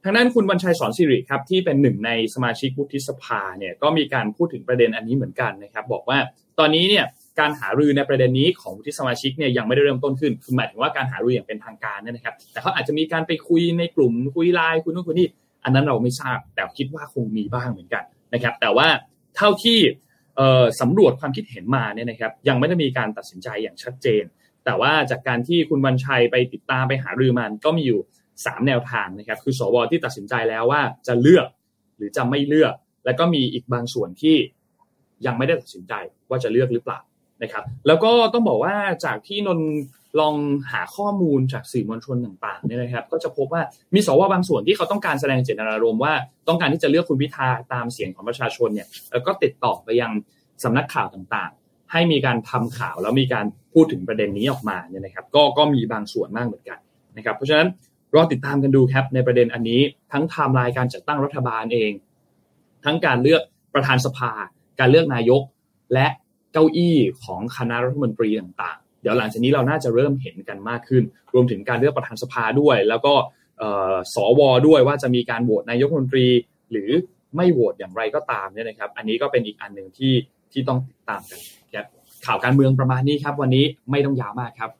ทางด้านคุณวรรณชัยสอนสิริครับที่เป็นหนึ่งในสมาชิกวุฒิสภาเนี่ยก็มีการพูดถึงประเด็นอันนี้เหมือนกันนะครับบอกว่าตอนนี้เนี่ยการหารือในประเด็นนี้ของวุฒิสมาชิกเนี่ยยังไม่ได้เริ่มต้นขึ้นคือหมายถึงว่าการหารืออย่างเป็นทางการเนี่ยนะครับแต่เขาอาจจะมีการไปคุยในกลุ่มคุยไลน์คุยนู่นคุยนี่อันนั้นเราไม่ทราบแต่คิดว่าคงมีบ้างเหมือนกันนะครับแต่ว่าเท่าที่สำรวจความคิดเห็นมาเนี่ยนะครับยังไม่ได้มีการตัดสินใจอย่างชัดเจนแต่ว่าจากการที่คุณวรรณชัยไปติดตามไปหารือมันก็มีอยู่3แนวทางนะครับคือสวที่ตัดสินใจแล้วว่าจะเลือกหรือจะไม่เลือกแล้วก็มีอีกบางส่วนที่ยังไม่ได้ตัดสินใจว่าจะเลือกหรือเปล่านะครับแล้วก็ต้องบอกว่าจากที่นนลองหาข้อมูลจากสื่อมวลชนต่างๆเนี่ยนะครับก็จะพบว่ามีสวบางส่วนที่เขาต้องการแสดงเจตนารมณ์ว่าต้องการที่จะเลือกคุณพิธาตามเสียงของประชาชนเนี่ยแล้วก็ติดต่อไปยังสำนักข่าวต่างๆให้มีการทำข่าวแล้วมีการพูดถึงประเด็นนี้ออกมาเนี่ยนะครับก็มีบางส่วนมากเหมือนกันนะครับเพราะฉะนั้นรอติดตามกันดูครับในประเด็นอันนี้ทั้งไทม์ไลน์การจัดตั้งรัฐบาลเองทั้งการเลือกประธานสภาการเลือกนายกและเก้าอี้ของคณะรัฐมนตรีต่างๆเดี๋ยวหลังจากนี้เราน่าจะเริ่มเห็นกันมากขึ้นรวมถึงการเลือกประธานสภาด้วยแล้วก็สวด้วยว่าจะมีการโหวตนายกรัฐมนตรีหรือไม่โหวตอย่างไรก็ตามเนี่ยนะครับอันนี้ก็เป็นอีกอันนึงที่ต้องติดตามกันครับข่าวการเมืองประมาณนี้ครับวันนี้ไม่ต้องยาวมากครับ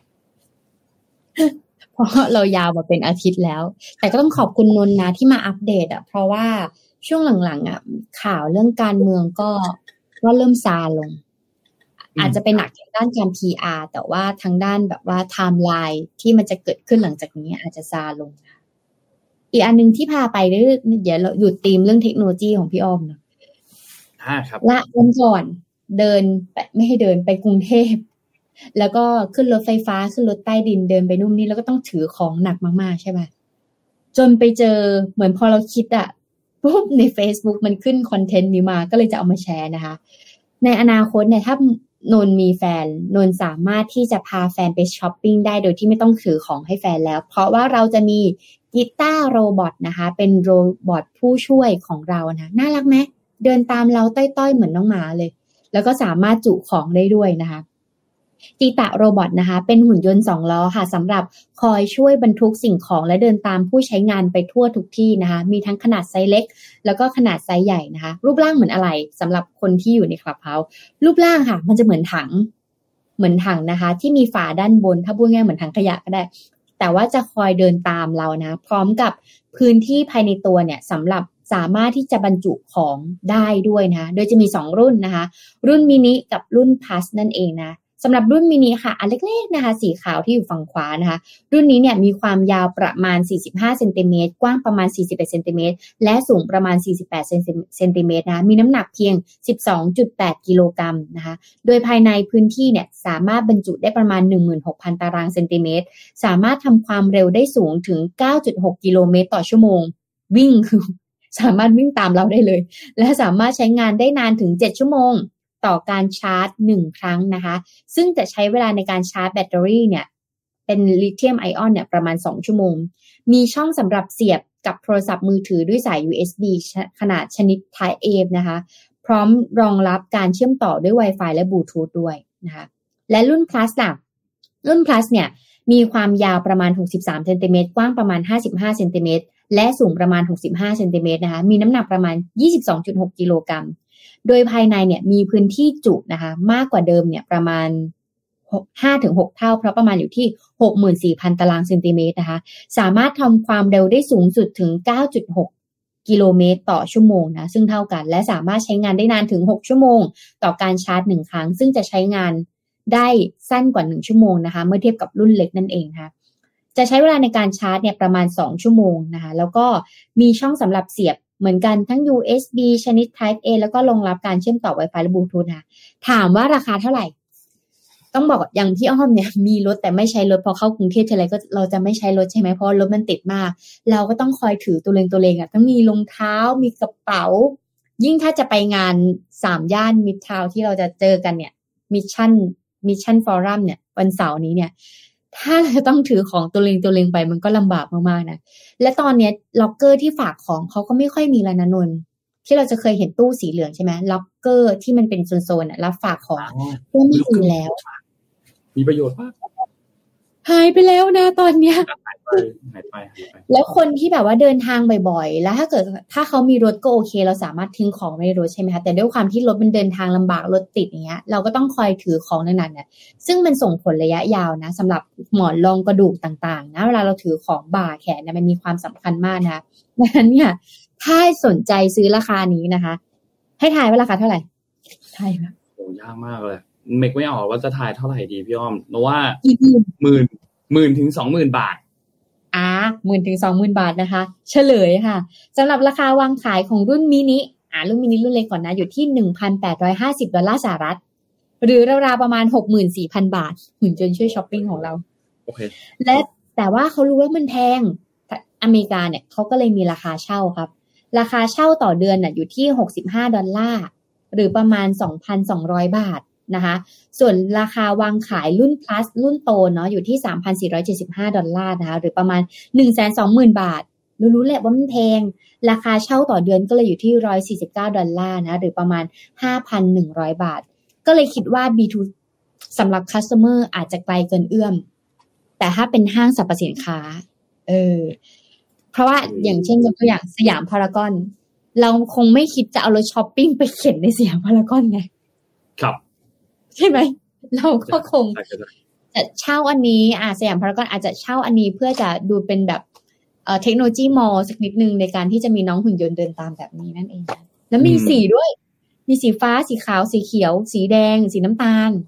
เพราะเรายาวมาเป็นอาทิตย์แล้วแต่ก็ต้องขอบคุณนนท์นะที่มาอัปเดตเพราะว่าช่วงหลังๆข่าวเรื่องการเมืองก็เริ่มซาลงอาจจะเป็นหนักทางด้านการ PR แต่ว่าทางด้านแบบว่าไทม์ไลน์ที่มันจะเกิดขึ้นหลังจากนี้อาจจะซาลงอีกอันนึงที่พาไปเดี๋ยวเราหยุดธีมเรื่องเทคโนโลยีของพี่อ้อมนะครับละวันก่อนเดินไม่ให้เดินไปกรุงเทพแล้วก็ขึ้นรถไฟฟ้าขึ้นรถใต้ดินเดินไปนู่นนี่แล้วก็ต้องถือของหนักมากๆใช่ไหมจนไปเจอเหมือนพอเราคิดปุ๊บใน Facebook มันขึ้นคอนเทนต์นี้มาก็เลยจะเอามาแชร์นะคะในอนาคตเนี่ยถ้านนมีแฟนนนสามารถที่จะพาแฟนไปช้อปปิ้งได้โดยที่ไม่ต้องถือของให้แฟนแล้วเพราะว่าเราจะมีกีตาร์โรบอทนะคะเป็นโรบอทผู้ช่วยของเรานะน่ารักไหมเดินตามเราต้อยๆเหมือนน้องหมาเลยแล้วก็สามารถจุของได้ด้วยนะคะกีตาร์โรบอทนะคะเป็นหุ่นยนต์2ล้อค่ะสำหรับคอยช่วยบรรทุกสิ่งของและเดินตามผู้ใช้งานไปทั่วทุกที่นะคะมีทั้งขนาดไซส์เล็กแล้วก็ขนาดไซส์ใหญ่นะคะรูปร่างเหมือนอะไรสำหรับคนที่อยู่ในคลับเฮาส์รูปร่างค่ะมันจะเหมือนถังนะคะที่มีฝาด้านบนถ้าพูดง่ายเหมือนถังขยะก็ได้แต่ว่าจะคอยเดินตามเรานะพร้อมกับพื้นที่ภายในตัวเนี่ยสำหรับสามารถที่จะบรรจุของได้ด้วยนะโดยจะมี2รุ่นนะคะรุ่นมินิกับรุ่น Plus นั่นเองนะสำหรับรุ่นมินิค่ะอันเล็กๆนะคะสีขาวที่อยู่ฝั่งขวานะคะรุ่นนี้เนี่ยมีความยาวประมาณ45เซนติเมตรกว้างประมาณ41เซนติเมตรและสูงประมาณ48เซนติเมตรนะมีน้ำหนักเพียง 12.8 กิโลกรัมนะคะโดยภายในพื้นที่เนี่ยสามารถบรรจุได้ประมาณ 16,000 ตารางเซนติเมตรสามารถทำความเร็วได้สูงถึง 9.6 กิโลเมตรต่อชั่วโมงวิ่งคือสามารถวิ่งตามเราได้เลยและสามารถใช้งานได้นานถึง7ชั่วโมงต่อการชาร์จ1ครั้งนะคะซึ่งจะใช้เวลาในการชาร์จแบตเตอรี่เนี่ยเป็นลิเธียมไอออนเนี่ยประมาณ2ชั่วโมงมีช่องสำหรับเสียบกับโทรศัพท์มือถือด้วยสาย USB ขนาดชนิด Type A นะคะพร้อมรองรับการเชื่อมต่อด้วย Wi-Fi และ Bluetooth ด้วยนะคะและรุ่น Plus ล่ะรุ่น Plus เนี่ยมีความยาวประมาณ63เซนติเมตรกว้างประมาณ55เซนติเมตรและสูงประมาณ65เซนติเมตรนะคะมีน้ำหนักประมาณ 22.6 กิโลกรัมโดยภายในเนี่ยมีพื้นที่จุนะคะมากกว่าเดิมเนี่ยประมาณ 5-6 เท่าเพราะประมาณอยู่ที่ 64,000 ตารางเซนติเมตรนะคะสามารถทำความเร็วได้สูงสุดถึง 9.6 กิโลเมตรต่อชั่วโมงนะซึ่งเท่ากันและสามารถใช้งานได้นานถึง6ชั่วโมงต่อการชาร์จ1ครั้งซึ่งจะใช้งานได้สั้นกว่า1ชั่วโมงนะคะเมื่อเทียบกับรุ่นเล็กนั่นเองนะคะจะใช้เวลาในการชาร์จเนี่ยประมาณ2ชั่วโมงนะคะแล้วก็มีช่องสำหรับเสียบเหมือนกันทั้ง USB ชนิด Type A แล้วก็รองรับการเชื่อมต่อ Wi-Fi และ Bluetooth นะถามว่าราคาเท่าไหร่ต้องบอกอย่างพี่อ้อมเนี่ยมีรถแต่ไม่ใช้รถพอเข้ากรุงเทพทีไรก็เราจะไม่ใช้รถใช่ไหมเพราะรถมันติดมากเราก็ต้องคอยถือตัวเลงต้องมีรองเท้ามีกระเป๋ายิ่งถ้าจะไปงาน3ย่านมิตรทาวน์ที่เราจะเจอกันเนี่ยมิชชั่นฟอรัมเนี่ยวันเสาร์นี้เนี่ยถ้าเราต้องถือของตัวเลงไปมันก็ลำบากมากๆนะและตอนนี้ล็อกเกอร์ที่ฝากของเขาก็ไม่ค่อยมีแล้วนะนนท์ที่เราจะเคยเห็นตู้สีเหลืองใช่ไหมล็อกเกอร์ที่มันเป็นโซนๆรับฝากของก็ไม่มีแล้วมีประโยชน์มากหายไปแล้วนะตอนเนี้ยหายไปแล้วคนที่แบบว่าเดินทางบ่อยๆแล้วถ้าเขามีรถก็โอเคเราสามารถทิ้งของไว้ในรถใช่ไหมคะแต่ด้วยความที่รถมันเดินทางลำบากรถติดอย่างเงี้ยเราก็ต้องคอยถือของนานๆเนี่ยซึ่งมันส่งผลระยะยาวนะสำหรับหมอนรองกระดูกต่างๆนะเวลาเราถือของบ่าแขนเนี่ยมันมีความสำคัญมากนะดังนั้นเนี่ยถ้าสนใจซื้อราคานี้นะคะให้ทายว่าราคาเท่าไหร่ทายนะโหยากมากเลยเมกไม่ออกว่าจะทายเท่าไหร่ดีพี่อ้อมเพราะว่าหมื่นถึง 20,000 บาท 10,000 ถึง 20,000 บาทนะคะเฉลยค่ะสำหรับราคาวางขายของรุ่นมินิรุ่นมินิรุ่นเล็กก่อนนะอยู่ที่ $1,850 สหรัฐหรือราวๆประมาณ 64,000 บาทหุ่นยนต์ช่วยช้อปปิ้งของเราโอเคและแต่ว่าเขารู้ว่ามันแพงอเมริกาเนี่ยเขาก็เลยมีราคาเช่าครับราคาเช่าต่อเดือนน่ะอยู่ที่$65หรือประมาณ 2,200 บาทนะคะส่วนราคาวางขายรุ่น plus รุ่นโตเนาะอยู่ที่$3,475นะคะหรือประมาณ 120,000 บาทรู้แหละว่ามันแพงราคาเช่าต่อเดือนก็เลยอยู่ที่$149นะหรือประมาณ 5,100 บาทก็เลยคิดว่า B2 สำหรับ customer อาจจะไกลเกินเอื้อมแต่ถ้าเป็นห้างสรรพสินค้าเพราะว่าอย่างเช่นยกตัวอย่างสยามพารากอนเราคงไม่คิดจะเอารถช้อปปิ้งไปเข็นในสยามพารากอนไงครับใช่ไหมเราก็คงจะเช่าอันนี้สยามพารากอนอาจจะเช่าอันนี้เพื่อจะดูเป็นแบบเทคโนโลยีมอลล์สักนิดนึงในการที่จะมีน้องหุ่นยนต์เดินตามแบบนี้นั่นเองแล้วมีสีด้วยมีสีฟ้าสีขาวสีเขียวสีแดงสีน้ำตาล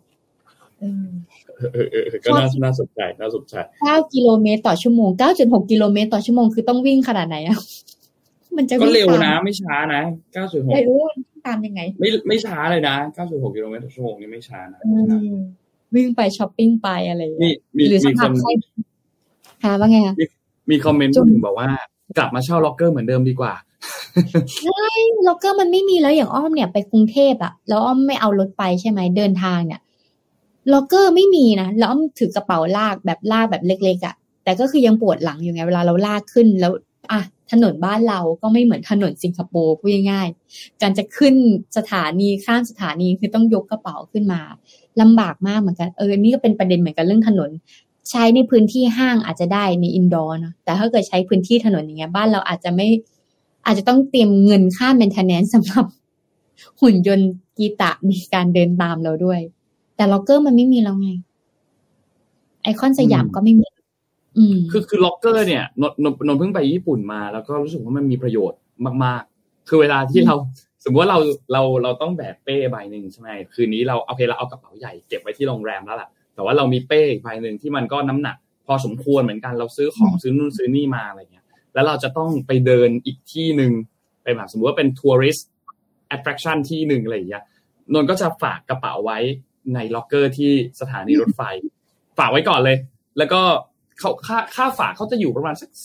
ก็น่าสนใจ 9 กิโลเมตรต่อชั่วโมง 9.6 กิโลเมตรต่อชั่วโมงคือต้องวิ่งขนาดไหนมันจะก็เร็วนะไม่ช้านะ 9.6 ไม่รู้ตามยังไงไม่ช้าเลยนะ 9.6 กิโลเมตรต่อชั่วโมงนี่ไม่ช้านะวิ่งไปช้อปปิ้งไปอะไรอย่างเงี้ยหรือมีคนค่ะว่าไงมีคอมเมนต์พูดถึงบอกว่ากลับมาเช่าล็อกเกอร์เหมือนเดิมดีกว่าใช่ล็อกเกอร์มันไม่มีแล้วอย่างอ้อมเนี่ยไปกรุงเทพแล้วอ้อมไม่เอารถไปใช่ไหมเดินทางเนี่ยล็อกเกอร์ไม่มีนะแล้วอ้อมถือกระเป๋าลากแบบเล็กๆแต่ก็คือยังปวดหลังอยู่ไงเวลาเราลากขึ้นแล้วถนนบ้านเราก็ไม่เหมือนถนนสิงคโปร์พูดง่ายๆการจะขึ้นสถานีข้ามสถานีคือต้องยกกระเป๋าขึ้นมาลำบากมากเหมือนกันนี่ก็เป็นประเด็นเหมือนกันเรื่องถนนใช้ในพื้นที่ห้างอาจจะได้ในอินดอร์เนาะแต่ถ้าเกิดใช้พื้นที่ถนนอย่างเงี้ยบ้านเราอาจจะต้องเตรียมเงินค่า maintenance สำหรับหุ่นยนต์กีตะในการเดินตามเราด้วยแต่ล็อกเกอร์มันไม่มีแล้วไงไอคอนสยามก็ไม่มีคือล็อกเกอร์เนี่ยนนเพิ่งไปญี่ปุ่นมาแล้วก็รู้สึกว่ามันมีประโยชน์มากๆคือเวลาที่เราสมมติว่าเราต้องแบกเป้ใบนึงใช่ไหมคืนนี้เราเอากระเป๋าใหญ่เก็บไว้ที่โรงแรมแล้วล่ะแต่ว่าเรามีเป้อีกใบนึงที่มันก็น้ำหนักพอสมควรเหมือนกันเราซื้อของซื้อนู่นซื้อนี่มาอะไรเงี้ยแล้วเราจะต้องไปเดินอีกที่นึงไปแบบสมมติว่าเป็นทัวริสต์แอทแทรคชั่นที่นึงอะไรอย่างเงี้ยนนก็จะฝากกระเป๋าไว้ในล็อกเกอร์ที่สถานีรถไฟฝากไว้ก่อนเลยแล้วก็เขาค่าฝากเขาจะอยู่ประมาณสัก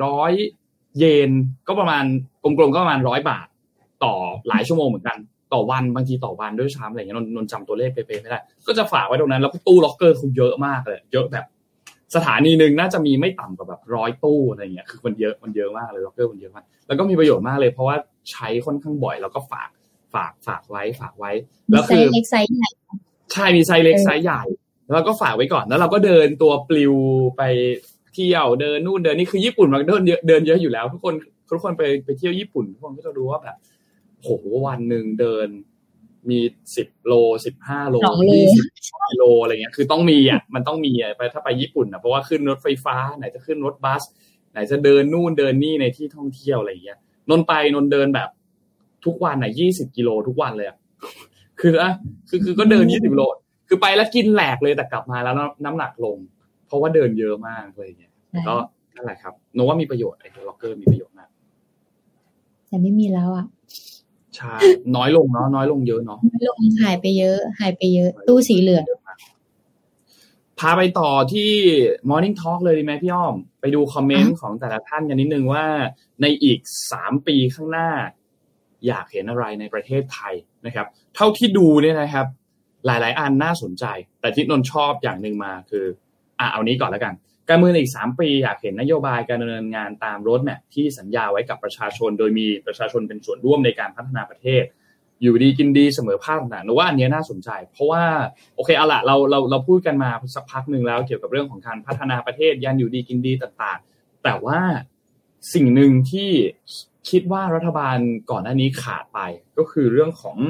400 เยนก็ประมาณกลมๆก็ประมาณ100 บาทต่อหลายชั่วโมงเหมือนกันต่อวันบางทีต่อวันด้วยซ้ำอะไรเงี้ยนนจำตัวเลขเป๊ะๆไม่ได้ก็จะฝากไว้ตรงนั้นแล้วตู้ล็อกเกอร์เขาเยอะมากเลยเยอะแบบสถานีนึงน่าจะมีไม่ต่ำกว่าแบบ100 ตู้อะไรเงี้ยคือมันเยอะมากเลยล็อกเกอร์มันเยอะมากแล้วก็มีประโยชน์มากเลยเพราะว่าใช้ค่อนข้างบ่อยแล้วก็ฝากไว้แล้วคือไซส์เล็กไซส์ใหญ่ใช่มีไซส์เล็กไซส์ใหญ่แล้วก็ฝากไว้ก่อนแล้วเราก็เดินตัวปลิวไปเที่ยวเดินนู่นเดินนี่คือญี่ปุ่นมันเดินเยอะอยู่แล้วทุกคนไปเที่ยวญี่ปุ่นทุกคนก็จะรู้ว่าแบบโหวันนึงเดินมี10 โล15 โล20 กิโลอะไรเงี้ยคือต้องมีมันต้องมีไปถ้าไปญี่ปุ่นเพราะว่าขึ้นรถไฟฟ้าไหนจะขึ้นรถบัสไหนจะเดินนู่นเดินนี่ในที่ท่องเที่ยวอะไรเงี้ยนนเดินแบบทุกวัน20 กิโลทุกวันเลยคือก็เดิน20 โลคือไปแล้วกินแหลกเลยแต่กลับมาแล้วน้ำหนักลงเพราะว่าเดินเยอะมากเลยเนี่ยก็นั่นแหละครับโนว่ามีประโยชน์ไอ้ล็อกเกอร์มีประโยชน์มากแต่ไม่มีแล้วใช่น้อยลงเนาะน้อยลงเยอะเนาะน้อยลงหายไปเยอะตู้สีเหลืองพาไปต่อที่ Morning Talk เลยดีไหมพี่อ้อมไปดูคอมเมนต์ของแต่ละท่านกันนิดนึงว่าในอีก3 ปีข้างหน้าอยากเห็นอะไรในประเทศไทยนะครับเท่าที่ดูเนี่ยนะครับหลายๆอันน่าสนใจแต่ที่นนชอบอย่างนึงมาคือเอานี้ก่อนแล้วกันการเมืองอีก3 ปีอยากเห็นนโยบายการดำเนินงานตามโรดแมพที่สัญญาไว้กับประชาชนโดยมีประชาชนเป็นส่วนร่วมในการพัฒนาประเทศอยู่ดีกินดีเสมอภาคต่างๆว่าอันนี้น่าสนใจเพราะว่าโอเคเอาล่ะเราพูดกันมาสักพักนึงแล้วเกี่ยวกับเรื่องของการพัฒนาประเทศยันอยู่ดีกินดีต่างๆแต่ว่าสิ่งหนึ่งที่คิดว่ารัฐบาลก่อนหน้านี้ขาดไปก็คือเรื่องของ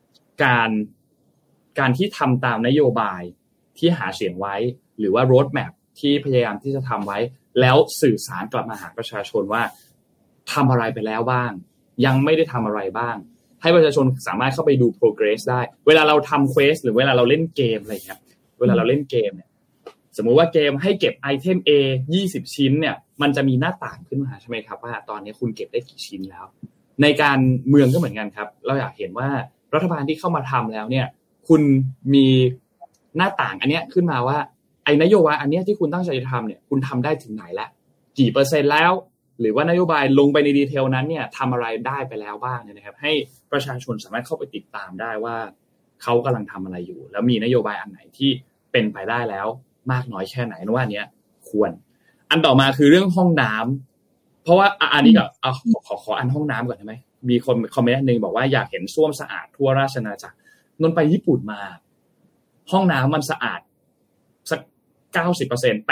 การที่ทำตามนโยบายที่หาเสียงไว้หรือว่า road map ที่พยายามที่จะทำไว้แล้วสื่อสารกลับมาหาประชาชนว่าทำอะไรไปแล้วบ้างยังไม่ได้ทำอะไรบ้างให้ประชาชนสามารถเข้าไปดู progress ได้เวลาเราทำ quest หรือเวลาเราเล่นเกมอะไรครับเวลาเราเล่นเกมเนี่ยสมมุติว่าเกมให้เก็บไอเทม A 20ชิ้นเนี่ยมันจะมีหน้าต่างขึ้นมาใช่ไหมครับว่าตอนนี้คุณเก็บได้กี่ชิ้นแล้วในการเมืองก็เหมือนกันครับเราอยากเห็นว่ารัฐบาลที่เข้ามาทำแล้วเนี่ยคุณมีหน้าต่างอันเนี้ยขึ้นมาว่าไอ้นโยบายอันเนี้ยที่คุณตั้งใจจะทำเนี่ยคุณทำได้ถึงไหนแล้วกี่เปอร์เซ็นต์แล้วหรือว่านโยบายลงไปในดีเทลนั้นเนี่ยทำอะไรได้ไปแล้วบ้างเนี่ยนะครับให้ประชาชนสามารถเข้าไปติดตามได้ว่าเขากำลังทำอะไรอยู่แล้วมีนโยบายอันไหนที่เป็นไปได้แล้วมากน้อยแค่ไหนนะว่าอันเนี้ยควรอันต่อมาคือเรื่องห้องน้ำเพราะว่าอันนี้ก็ขออันห้องน้ำก่อนได้ไหมมีคนคอมเมนต์นึงบอกว่าอยากเห็นส้วมสะอาดทั่วราชอาณาจักรนนไปญี่ปุ่นมาห้องน้ำมันสะอาดสัก 90%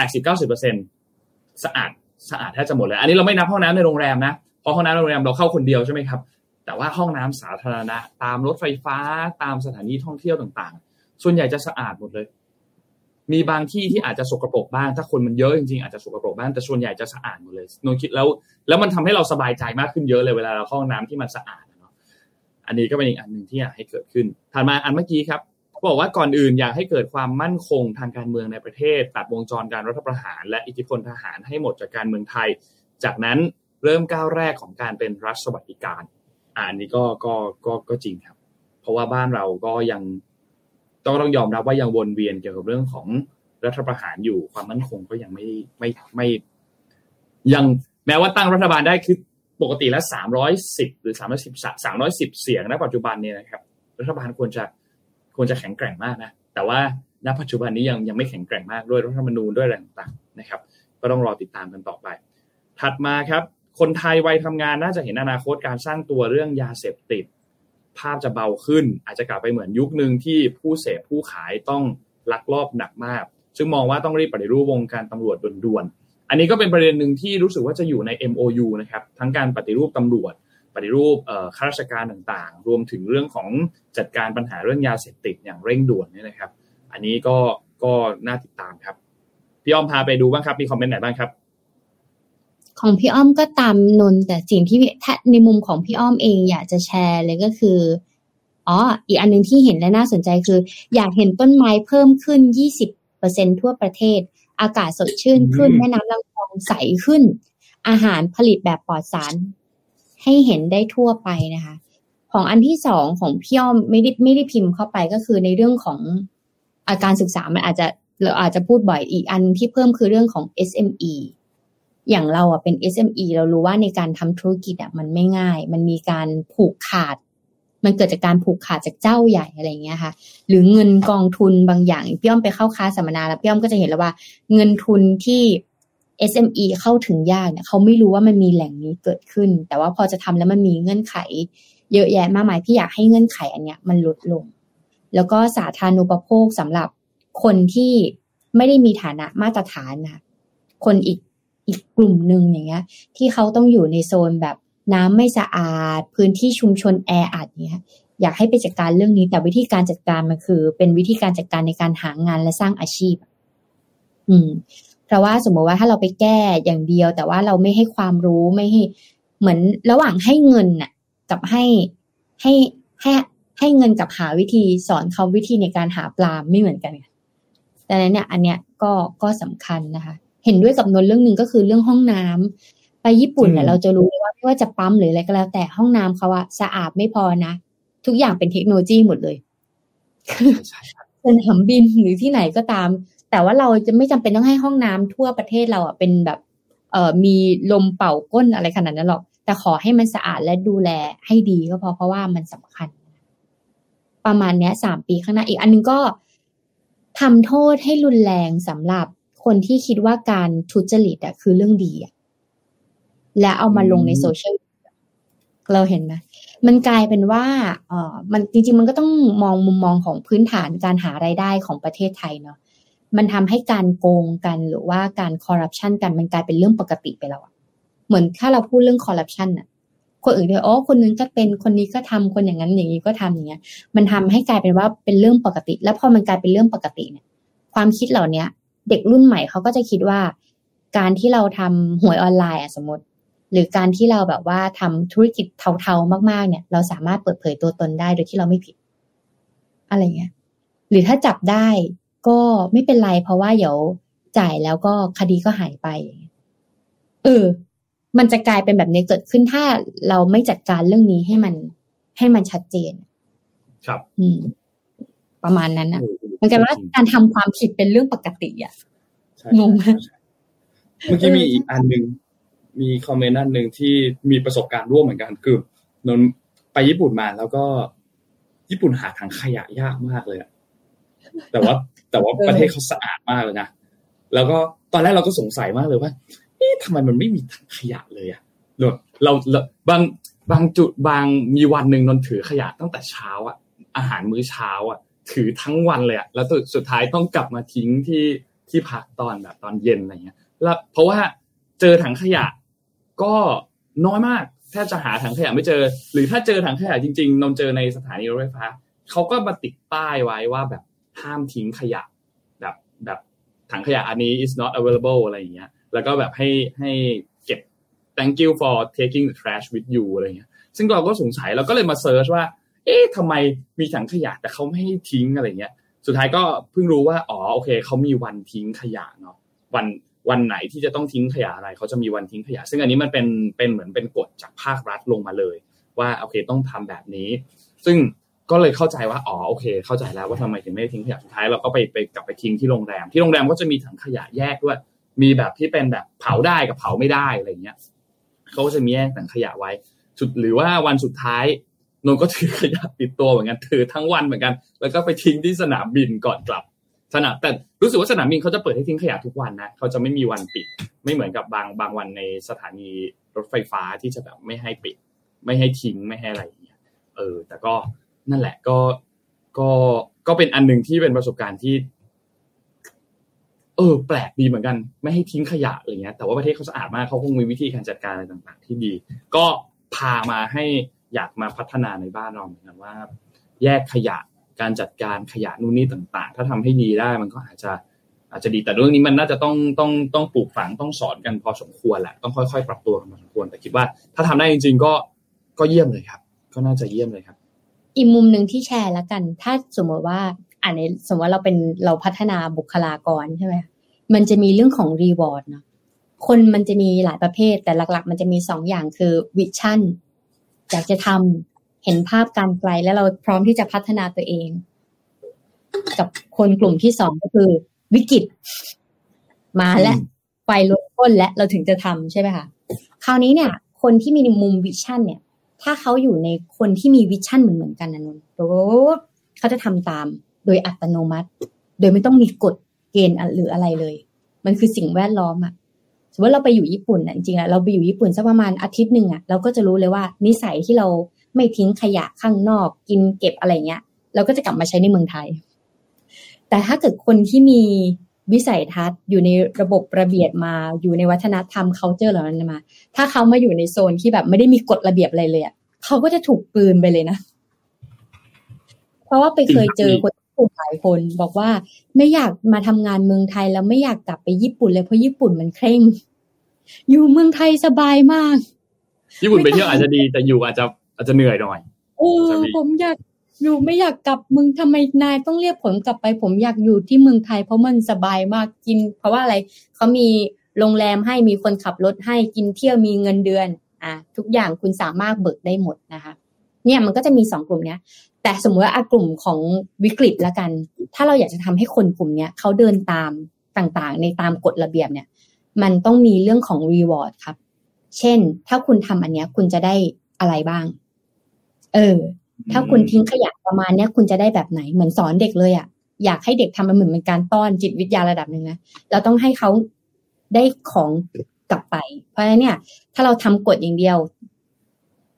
80-90% สะอาดแทบจะหมดเลยอันนี้เราไม่นับห้องน้ำในโรงแรมนะเพราะห้องน้ำในโรงแรมเราเข้าคนเดียวใช่ไหมครับแต่ว่าห้องน้ำสาธารณะตามรถไฟฟ้าตามสถานที่ท่องเที่ยวต่างๆส่วนใหญ่จะสะอาดหมดเลยมีบางที่ที่อาจจะสกปรกบ้างถ้าคนมันเยอะจริงๆอาจจะสกปรกบ้างแต่ส่วนใหญ่จะสะอาดหมดเลยนนคิดแล้วมันทำให้เราสบายใจมากขึ้นเยอะเลยเวลาเราเข้าห้องน้ำที่มันสะอาดเนาะอันนี้ก็เป็นอีกอันนึงที่อยากให้เกิดขึ้นถัดมาอันเมื่อกี้ครับบอกว่าก่อนอื่นอยากให้เกิดความมั่นคงทางการเมืองในประเทศตัดวงจรการรัฐประหารและอิทธิพลทหารให้หมดจากการเมืองไทยจากนั้นเริ่มก้าวแรกของการเป็นรัฐสวัสดิการอันนี้ก็จริงครับเพราะว่าบ้านเราก็ยังต้องยอมรับว่ายังวนเวียนเกี่ยวกับเรื่องของรัฐประหารอยู่ความมั่นคงก็ยังไม่ยังแม้ว่าตั้งรัฐบาลได้คือปกติแล้ว310หรือ310เสียงณปัจจุบันเนี่ยนะครับรัฐบาลควรจะแข็งแกร่งมากนะแต่ว่าณปัจจุบันนี้ยังไม่แข็งแกร่งมากด้วยรัฐธรรมนูญด้วยอะไรต่างๆนะครับก็ต้องรอติดตามกันต่อไปถัดมาครับคนไทยวัยทำงานน่าจะเห็นอนาคตการสร้างตัวเรื่องยาเสพติดภาพจะเบาขึ้นอาจจะกลับไปเหมือนยุคนึงที่ผู้เสพผู้ขายต้องลักลอบหนักมากซึ่งมองว่าต้องรีบปฏิรูปวงการตำรวจด่วนๆอันนี้ก็เป็นประเด็นนึงที่รู้สึกว่าจะอยู่ใน MOU นะครับทั้งการปฏิรูปตำรวจปฏิรูปข้าราชการต่างๆรวมถึงเรื่องของจัดการปัญหาเรื่องยาเสพติดอย่างเร่งด่วนเนี่ยนะครับอันนี้ก็น่าติดตามครับพี่อ้อมพาไปดูบ้างครับมีคอมเมนต์ไหนบ้างครับของพี่อ้อมก็ตามนนแต่สิ่งที่ในมุมของพี่อ้อมเองอยากจะแชร์เลยก็คืออีกอันนึงที่เห็นและน่าสนใจคืออยากเห็นต้นไม้เพิ่มขึ้น 20% ทั่วประเทศอากาศสดชื่นขึ้นแม่น้ำลำคลองใสขึ้นอาหารผลิตแบบปลอดสารให้เห็นได้ทั่วไปนะคะของอันที่สองของพี่อ้อมไม่ได้พิมพ์เข้าไปก็คือในเรื่องของการศึกษามันเราอาจจะพูดบ่อยอีกอันที่เพิ่มคือเรื่องของ SME อย่างเราเป็น SME เรารู้ว่าในการทำธุรกิจมันไม่ง่ายมันมีการผูกขาดมันเกิดจากการผูกขาดจากเจ้าใหญ่อะไรอย่างเงี้ยค่ะหรือเงินกองทุนบางอย่างพี่อ้อมไปเข้าคลาสสัมมนาแล้วพี่อ้อมก็จะเห็นแล้วว่าเงินทุนที่ SME เข้าถึงยากเนี่ยเขาไม่รู้ว่ามันมีแหล่งนี้เกิดขึ้นแต่ว่าพอจะทำแล้วมันมีเงื่อนไขเยอะแยะมากมายพี่อยากให้เงื่อนไขอันเนี้ยมันลดลงแล้วก็สาธารณูปโภคสำหรับคนที่ไม่ได้มีฐานะมาตรฐานนะคนอีกกลุ่มนึงอย่างเงี้ยที่เขาต้องอยู่ในโซนแบบน้ำไม่สะอาดพื้นที่ชุมชนแออัดเนี้ยอยากให้ไปจัดการเรื่องนี้แต่วิธีการจัดการมันคือเป็นวิธีการจัดการในการหางานและสร้างอาชีพเพราะว่าสมมติว่าถ้าเราไปแก้อย่างเดียวแต่ว่าเราไม่ให้ความรู้ไม่ให้เหมือนระหว่างให้เงินน่ะกับให้เงินกับหาวิธีสอนเขาวิธีในการหาปลาไม่เหมือนกันดังนั้นเนี่ยอันเนี้ยก็สำคัญนะคะเห็นด้วยกับนนเรื่องนึงก็คือเรื่องห้องน้ำไปญี่ปุ่นเนี่ยเราจะรู้ว่าไม่ว่าจะปั๊มหรืออะไรก็แล้วแต่ห้องน้ำเขาสะอาดไม่พอนะทุกอย่างเป็นเทคโนโลยีหมดเลยสนามบินหรือที่ไหนก็ตามแต่ว่าเราจะไม่จำเป็นต้องให้ห้องน้ำทั่วประเทศเราเป็นแบบมีลมเป่าก้นอะไรขนาดนั้นหรอกแต่ขอให้มันสะอาดและดูแลให้ดีก็พอเพราะว่ามันสำคัญประมาณนี้3 ปีข้างหน้าอีกอันนึงก็ทำโทษให้รุนแรงสำหรับคนที่คิดว่าการทุจริตคือเรื่องดีและเอามาลงในโซเชียลเราเห็นไหมมันกลายเป็นว่ามันจริงๆมันก็ต้องมองมุมมองของพื้นฐานการหารายได้ของประเทศไทยเนาะมันทำให้การโกงกันหรือว่าการคอร์รัปชันกันมันกลายเป็นเรื่องปกติไปแล้วอะเหมือนถ้าเราพูดเรื่องคอร์รัปชันอะคนอื่นเนี่ยคนนึงก็เป็นคนนี้ก็ทำคนอย่างนั้นอย่างนี้ก็ทำอย่างเงี้ยมันทำให้กลายเป็นว่าเป็นเรื่องปกติแล้วพอมันกลายเป็นเรื่องปกติเนี่ยความคิดเหล่านี้เด็กรุ่นใหม่เขาก็จะคิดว่าการที่เราทำหวยออนไลน์สมมติหรือการที่เราแบบว่าทำธุรกิจเทาๆมากๆเนี่ยเราสามารถเปิดเผยตัวตนได้โดยที่เราไม่ผิดอะไรเงี้ยหรือถ้าจับได้ก็ไม่เป็นไรเพราะว่าเดี๋ยวจ่ายแล้วก็คดีก็หายไปมันจะกลายเป็นแบบนี้เกิดขึ้นถ้าเราไม่จัดการเรื่องนี้ให้มันชัดเจนครับประมาณนั้นอ่ะมันกลายว่าการทำความผิดเป็นเรื่องปกติอ่ะงงไหมเมื่อกี้มีอีกอันนึงมีคอมเมนต์อันนึงที่มีประสบการณ์ร่วมเหมือนกันคือนนไปญี่ปุ่นมาแล้วก็ญี่ปุ่นหาถังขยะยากมากเลยอะแต่ว่าประเทศเขาสะอาดมากเลยนะแล้วก็ตอนแรกเราก็สงสัยมากเลยว่าทำไมมันไม่มีถังขยะเลยอะเราบางจุดมีวันนึงนนถือขยะตั้งแต่เช้าอะอาหารมื้อเช้าอะถือทั้งวันเลยอะแล้วสุดท้ายต้องกลับมาทิ้งที่พักตอนเย็นอะไรเงี้ยแล้วเพราะว่าเจอถังขยะก็น้อยมากแทบจะหาถังขยะไม่เจอหรือถ้าเจอถังขยะจริงๆนนเจอในสถานีรถไฟฟ้าเขาก็มาติดป้ายไว้ว่าแบบห้ามทิ้งขยะแบบถังขยะอันนี้ is not available อะไรอย่างเงี้ยแล้วก็แบบให้เก็บ thank you for taking the trash with you อะไรเงี้ยซึ่งเราก็สงสัยเราก็เลยมาเซิร์ชว่าทำไมมีถังขยะแต่เขาไม่ให้ทิ้งอะไรเงี้ยสุดท้ายก็เพิ่งรู้ว่าโอเคเขามีวันทิ้งขยะเนาะวันไหนที่จะต้องทิ้งขยะอะไรเขาจะมีวันทิ้งขยะซึ่งอันนี้มันเป็นเหมือนเป็นกฎจากภาครัฐลงมาเลยว่าโอเคต้องทำแบบนี้ซึ่งก็เลยเข้าใจว่าโอเคเข้าใจแล้วว่าทำไมถึงไม่ทิ้งขยะสุดท้ายเราก็ไปกลับไปทิ้งที่โรงแรมก็จะมีถังขยะแยกด้วยมีแบบที่เป็นแบบเผาได้กับเผาไม่ได้อะไรเงี้ยเขาก็จะมีแยกถังขยะไว้หรือว่าวันสุดท้ายนนก็ถือขยะติดตัวเหมือนกันถือทั้งวันเหมือนกันแล้วก็ไปทิ้งที่สนามบินก่อนกลับแต่รู้สึกว่าสนามบินเขาจะเปิดให้ทิ้งขยะทุกวันนะเขาจะไม่มีวันปิดไม่เหมือนกับบางวันในสถานีรถไฟฟ้าที่จะแบบไม่ให้ปิดไม่ให้ทิ้งไม่ให้อะไรอย่างเงี้ยแต่ก็นั่นแหละก็เป็นอันนึงที่เป็นประสบการณ์ที่แปลกดีเหมือนกันไม่ให้ทิ้งขยะอะไรเงี้ยแต่ว่าประเทศเขาสะอาดมากเขาคงมีวิธีการจัดการอะไรต่างๆที่ดีก็พามาให้อยากมาพัฒนาในบ้านเราเหมือนกันว่าแยกขยะการจัดการขยะนู่นนี่ต่างๆถ้าทำให้ดีได้มันก็อาจจะดีแต่เรื่องนี้มันน่าจะต้องปลูกฝังต้องสอนกันพอสมควรแหละต้องค่อยๆปรับตัวกันพอสมควรแต่คิดว่าถ้าทำได้จริงๆก็เยี่ยมเลยครับก็น่าจะเยี่ยมเลยครับอีกมุมนึงที่แชร์แล้วกันถ้าสมมติว่าสมมติว่าเราพัฒนาบุคลากรใช่ไหมมันจะมีเรื่องของรีวอร์ดเนาะคนมันจะมีหลายประเภทแต่หลักๆมันจะมี2อย่างคือวิชั่นอยากจะทำเห็นภาพการไกลแล้วเราพร้อมที่จะพัฒนาตัวเองกับคนกลุ่มที่2ก็คือวิกฤตมาและไฟลุกพ้นและเราถึงจะทำใช่ไหมคะคราวนี้เนี่ยคนที่มีมุมวิชั่นเนี่ยถ้าเขาอยู่ในคนที่มีวิชั่นเหมือนกันนะนนท์เขาจะทำตามโดยอัตโนมัติโดยไม่ต้องมีกฎเกณฑ์หรืออะไรเลยมันคือสิ่งแวดล้อมอะสมมติเราไปอยู่ญี่ปุ่นจริงๆเราไปอยู่ญี่ปุ่นสักประมาณอาทิตย์นึงอะเราก็จะรู้เลยว่านิสัยที่เราไม่ทิ้งขยะข้างนอกกินเก็บอะไรเงี้ยเราก็จะกลับมาใช้ในเมืองไทยแต่ถ้าเกิดคนที่มีวิสัยทัศน์อยู่ในระบบระเบียบมาอยู่ในวัฒนธรรม culture เหล่านั้นมาถ้าเขามาอยู่ในโซนที่แบบไม่ได้มีกฎระเบียบอะไรเลยอ่ะเขาก็จะถูกกลืนไปเลยนะเพราะว่าไปเคยเจอคนหลายคนบอกว่าไม่อยากมาทำงานเมืองไทยแล้วไม่อยากกลับไปญี่ปุ่นเลยเพราะญี่ปุ่นมันเคร่งอยู่เมืองไทยสบายมากญี่ปุ่นไปเที่ยวอาจจะดีแต่อยู่อาจจะเหนื่อยหน่อยผมอยากอยู่ไม่อยากกลับมึงทำไมนายต้องเรียกผมกลับไปผมอยากอยู่ที่เมืองไทยเพราะมันสบายมากกินเพราะว่าอะไรเขามีโรงแรมให้มีคนขับรถให้กินเที่ยวมีเงินเดือนทุกอย่างคุณสามารถเบิกได้หมดนะคะเนี่ยมันก็จะมี2กลุ่มเนี้ยแต่สมมติว่ากลุ่มของวิกฤตละกันถ้าเราอยากจะทำให้คนกลุ่มเนี้ยเขาเดินตามต่างๆในตามกฎระเบียบเนี่ยมันต้องมีเรื่องของรีวอร์ดครับเช่นถ้าคุณทำอันเนี้ยคุณจะได้อะไรบ้างถ้าคุณทิ้งขยะประมาณนี้คุณจะได้แบบไหนเหมือนสอนเด็กเลยอยากให้เด็กทำมันเหมือนเป็นการต้อนจิตวิทยาระดับนึงนะเราต้องให้เขาได้ของกลับไปเพราะฉะนั้นเนี่ยถ้าเราทำกฎอย่างเดียว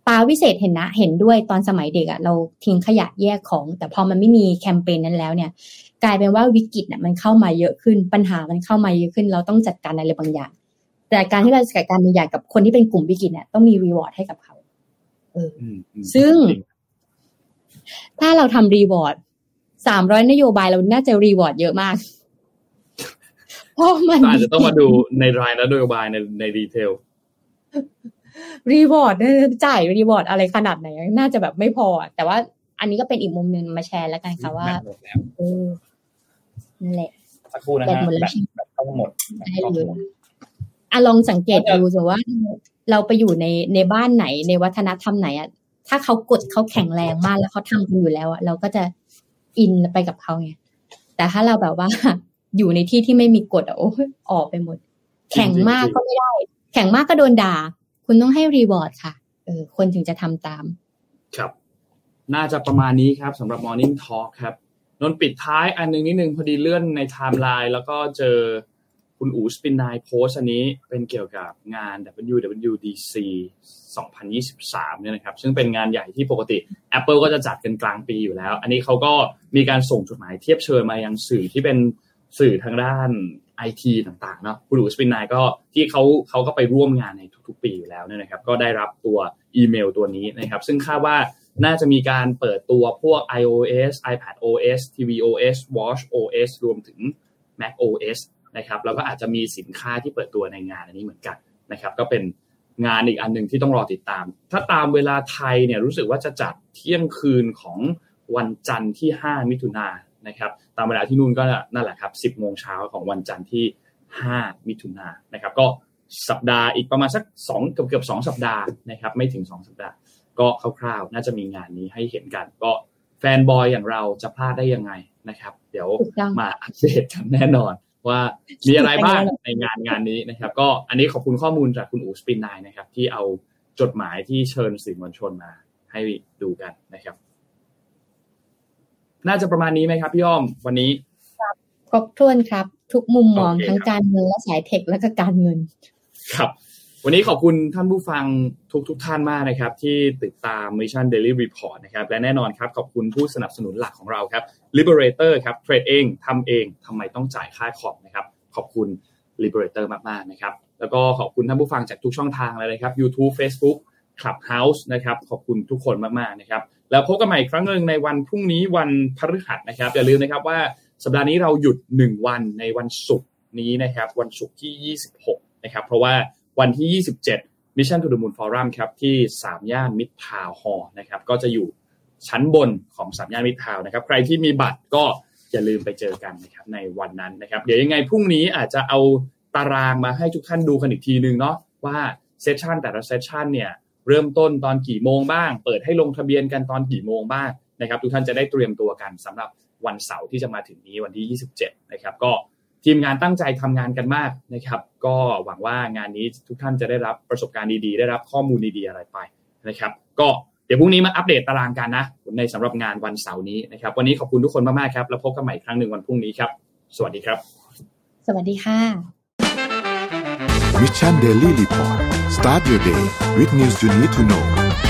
ปาวิเศษเห็นด้วยตอนสมัยเด็กอ่ะเราทิ้งขยะแยกของแต่พอมันไม่มีแคมเปญนั้นแล้วเนี่ยกลายเป็นว่าวิกฤตน่ะมันเข้ามาเยอะขึ้นปัญหามันเข้ามาเยอะขึ้นเราต้องจัดการอะไรบางอย่างแต่การที่เราจัดการบางอย่างกับคนที่เป็นกลุ่มวิกฤตเนี่ยต้องมีรีวอร์ดให้กับเขาซึ่งถ้าเราทำรีวอร์ด300นโยบายเราน่าจะรีวอร์ดเยอะมากเพราะมันอาจจะต้องมาดูในรายนโยบายในดีเทลรีวอร์ดจ่ายรีวอร์ดอะไรขนาดไหนน่าจะแบบไม่พอแต่ว่าอันนี้ก็เป็นอีกมุมนึงมาแชร์แล้วกันค่ะว่านั่นแหละสักครู่นะฮะแบบเข้าหมดได้เลยลองสังเกตดูสิว่าเราไปอยู่ในบ้านไหนในวัฒนธรรมไหนอ่ะถ้าเขากดเขาแข็งแรงมากแล้วเขาทำกันอยู่แล้วอ่ะเราก็จะอินไปกับเขาไงแต่ถ้าเราแบบว่าอยู่ในที่ที่ไม่มีกฎอ่ะโอ้ยออกไปหมดแข็งมากก็ไม่ได้แข็งมากก็โดนด่าคุณต้องให้รีวอร์ดค่ะคนถึงจะทำตามครับน่าจะประมาณนี้ครับสำหรับ Morning Talk ครับนนปิดท้ายอันนึงนิดนึงพอดีเลื่อนในไทม์ไลน์แล้วก็เจอคุณอู๋สปินไนโพสอันนี้เป็นเกี่ยวกับงาน WWDC 2023เนี่ยนะครับซึ่งเป็นงานใหญ่ที่ปกติ Apple ก็จะจัดกันกลางปีอยู่แล้วอันนี้เขาก็มีการส่งจดหมายเทียบเชิญมายังสื่อที่เป็นสื่อทางด้าน IT ต่างๆเนาะคุณอู๋สปินไนก็ที่เขาก็ไปร่วมงานในทุกๆปีอยู่แล้วเนี่ยนะครับก็ได้รับตัวอีเมลตัวนี้นะครับซึ่งคาดว่าน่าจะมีการเปิดตัวพวก iOS iPadOS tvOS watchOS รวมถึง macOS นะครับแล้วก็อาจจะมีสินค้าที่เปิดตัวในงานอันนี้เหมือนกันนะครับก็เป็นงานอีกอันนึงที่ต้องรอติดตามถ้าตามเวลาไทยเนี่ยรู้สึกว่าจะจัดเที่ยงคืนของวันจันทร์ที่5มิถุนายนนะครับตามเวลาที่นู่นก็นั่นแหละครับ 10:00 นของวันจันทร์ที่5มิถุนายนนะครับก็สัปดาห์อีกประมาณสัก2เกือบ2สัปดาห์นะครับไม่ถึง2สัปดาห์ก็คร่าวๆน่าจะมีงานนี้ให้เห็นกันก็แฟนบอยอย่างเราจะพลาดได้ยังไงนะครับเดี๋ยวมาอัปเดตกันแน่นอนว่ามีอะไรบ้างในงานนี้นะครับก็อันนี้ขอบคุณข้อมูลจากคุณอู๋สปินไนนะครับที่เอาจดหมายที่เชิญสื่อมวลชนมาให้ดูกันนะครับน่าจะประมาณนี้ไหมครับพี่อ้อมวันนี้ครบถ้วนครับทุกมุมมองทั้งการเงินและสายเทคและก็การเงินครับวันนี้ขอบคุณท่านผู้ฟังทุกท่านมากนะครับที่ติดตาม Mission Daily Report นะครับและแน่นอนครับขอบคุณผู้สนับสนุนหลักของเราครับ Liberator ครับเทรดเองทำเองทำไมต้องจ่ายค่าคอมนะครับขอบคุณ Liberator มากๆนะครับแล้วก็ขอบคุณท่านผู้ฟังจากทุกช่องทางเลยนะครับ YouTube Facebook Clubhouse นะครับขอบคุณทุกคนมากๆนะครับแล้วพบกันใหม่อีกครั้งนึงในวันพรุ่งนี้วันพฤหัสนะครับอย่าลืมนะครับว่าสัปดาห์นี้เราหยุด1วันในวันศุกร์นี้นะครับวันศุกร์ที่26นะครับเพราะว่าวันที่27 Mission to the Moon Forum ครับที่3ย่านมิตรทาวน์ฮอลล์นะครับก็จะอยู่ชั้นบนของ3ย่านมิตรทาวน์นะครับใครที่มีบัตรก็อย่าลืมไปเจอกันนะครับในวันนั้นนะครับเดี๋ยวยังไงพรุ่งนี้อาจจะเอาตารางมาให้ทุกท่านดูกันอีกทีนึงเนาะว่าเซสชั่นแต่ละเซสชั่นเนี่ยเริ่มต้นตอนกี่โมงบ้างเปิดให้ลงทะเบียนกันตอนกี่โมงบ้างนะครับทุกท่านจะได้เตรียมตัวกันสำหรับวันเสาร์ที่จะมาถึงนี้วันที่27นะครับก็ทีมงานตั้งใจทำงานกันมากนะครับก็หวังว่างานนี้ทุกท่านจะได้รับประสบการณ์ดีๆได้รับข้อมูลดีๆอะไรไปนะครับก็เดี๋ยวพรุ่งนี้มาอัปเดตตารางกันนะในสำหรับงานวันเสาร์นี้นะครับวันนี้ขอบคุณทุกคนมากๆครับแล้วพบกันใหม่อีกครั้งนึงวันพรุ่งนี้ครับสวัสดีครับสวัสดีค่ะ Mission Daily Report Start your day with news you need to know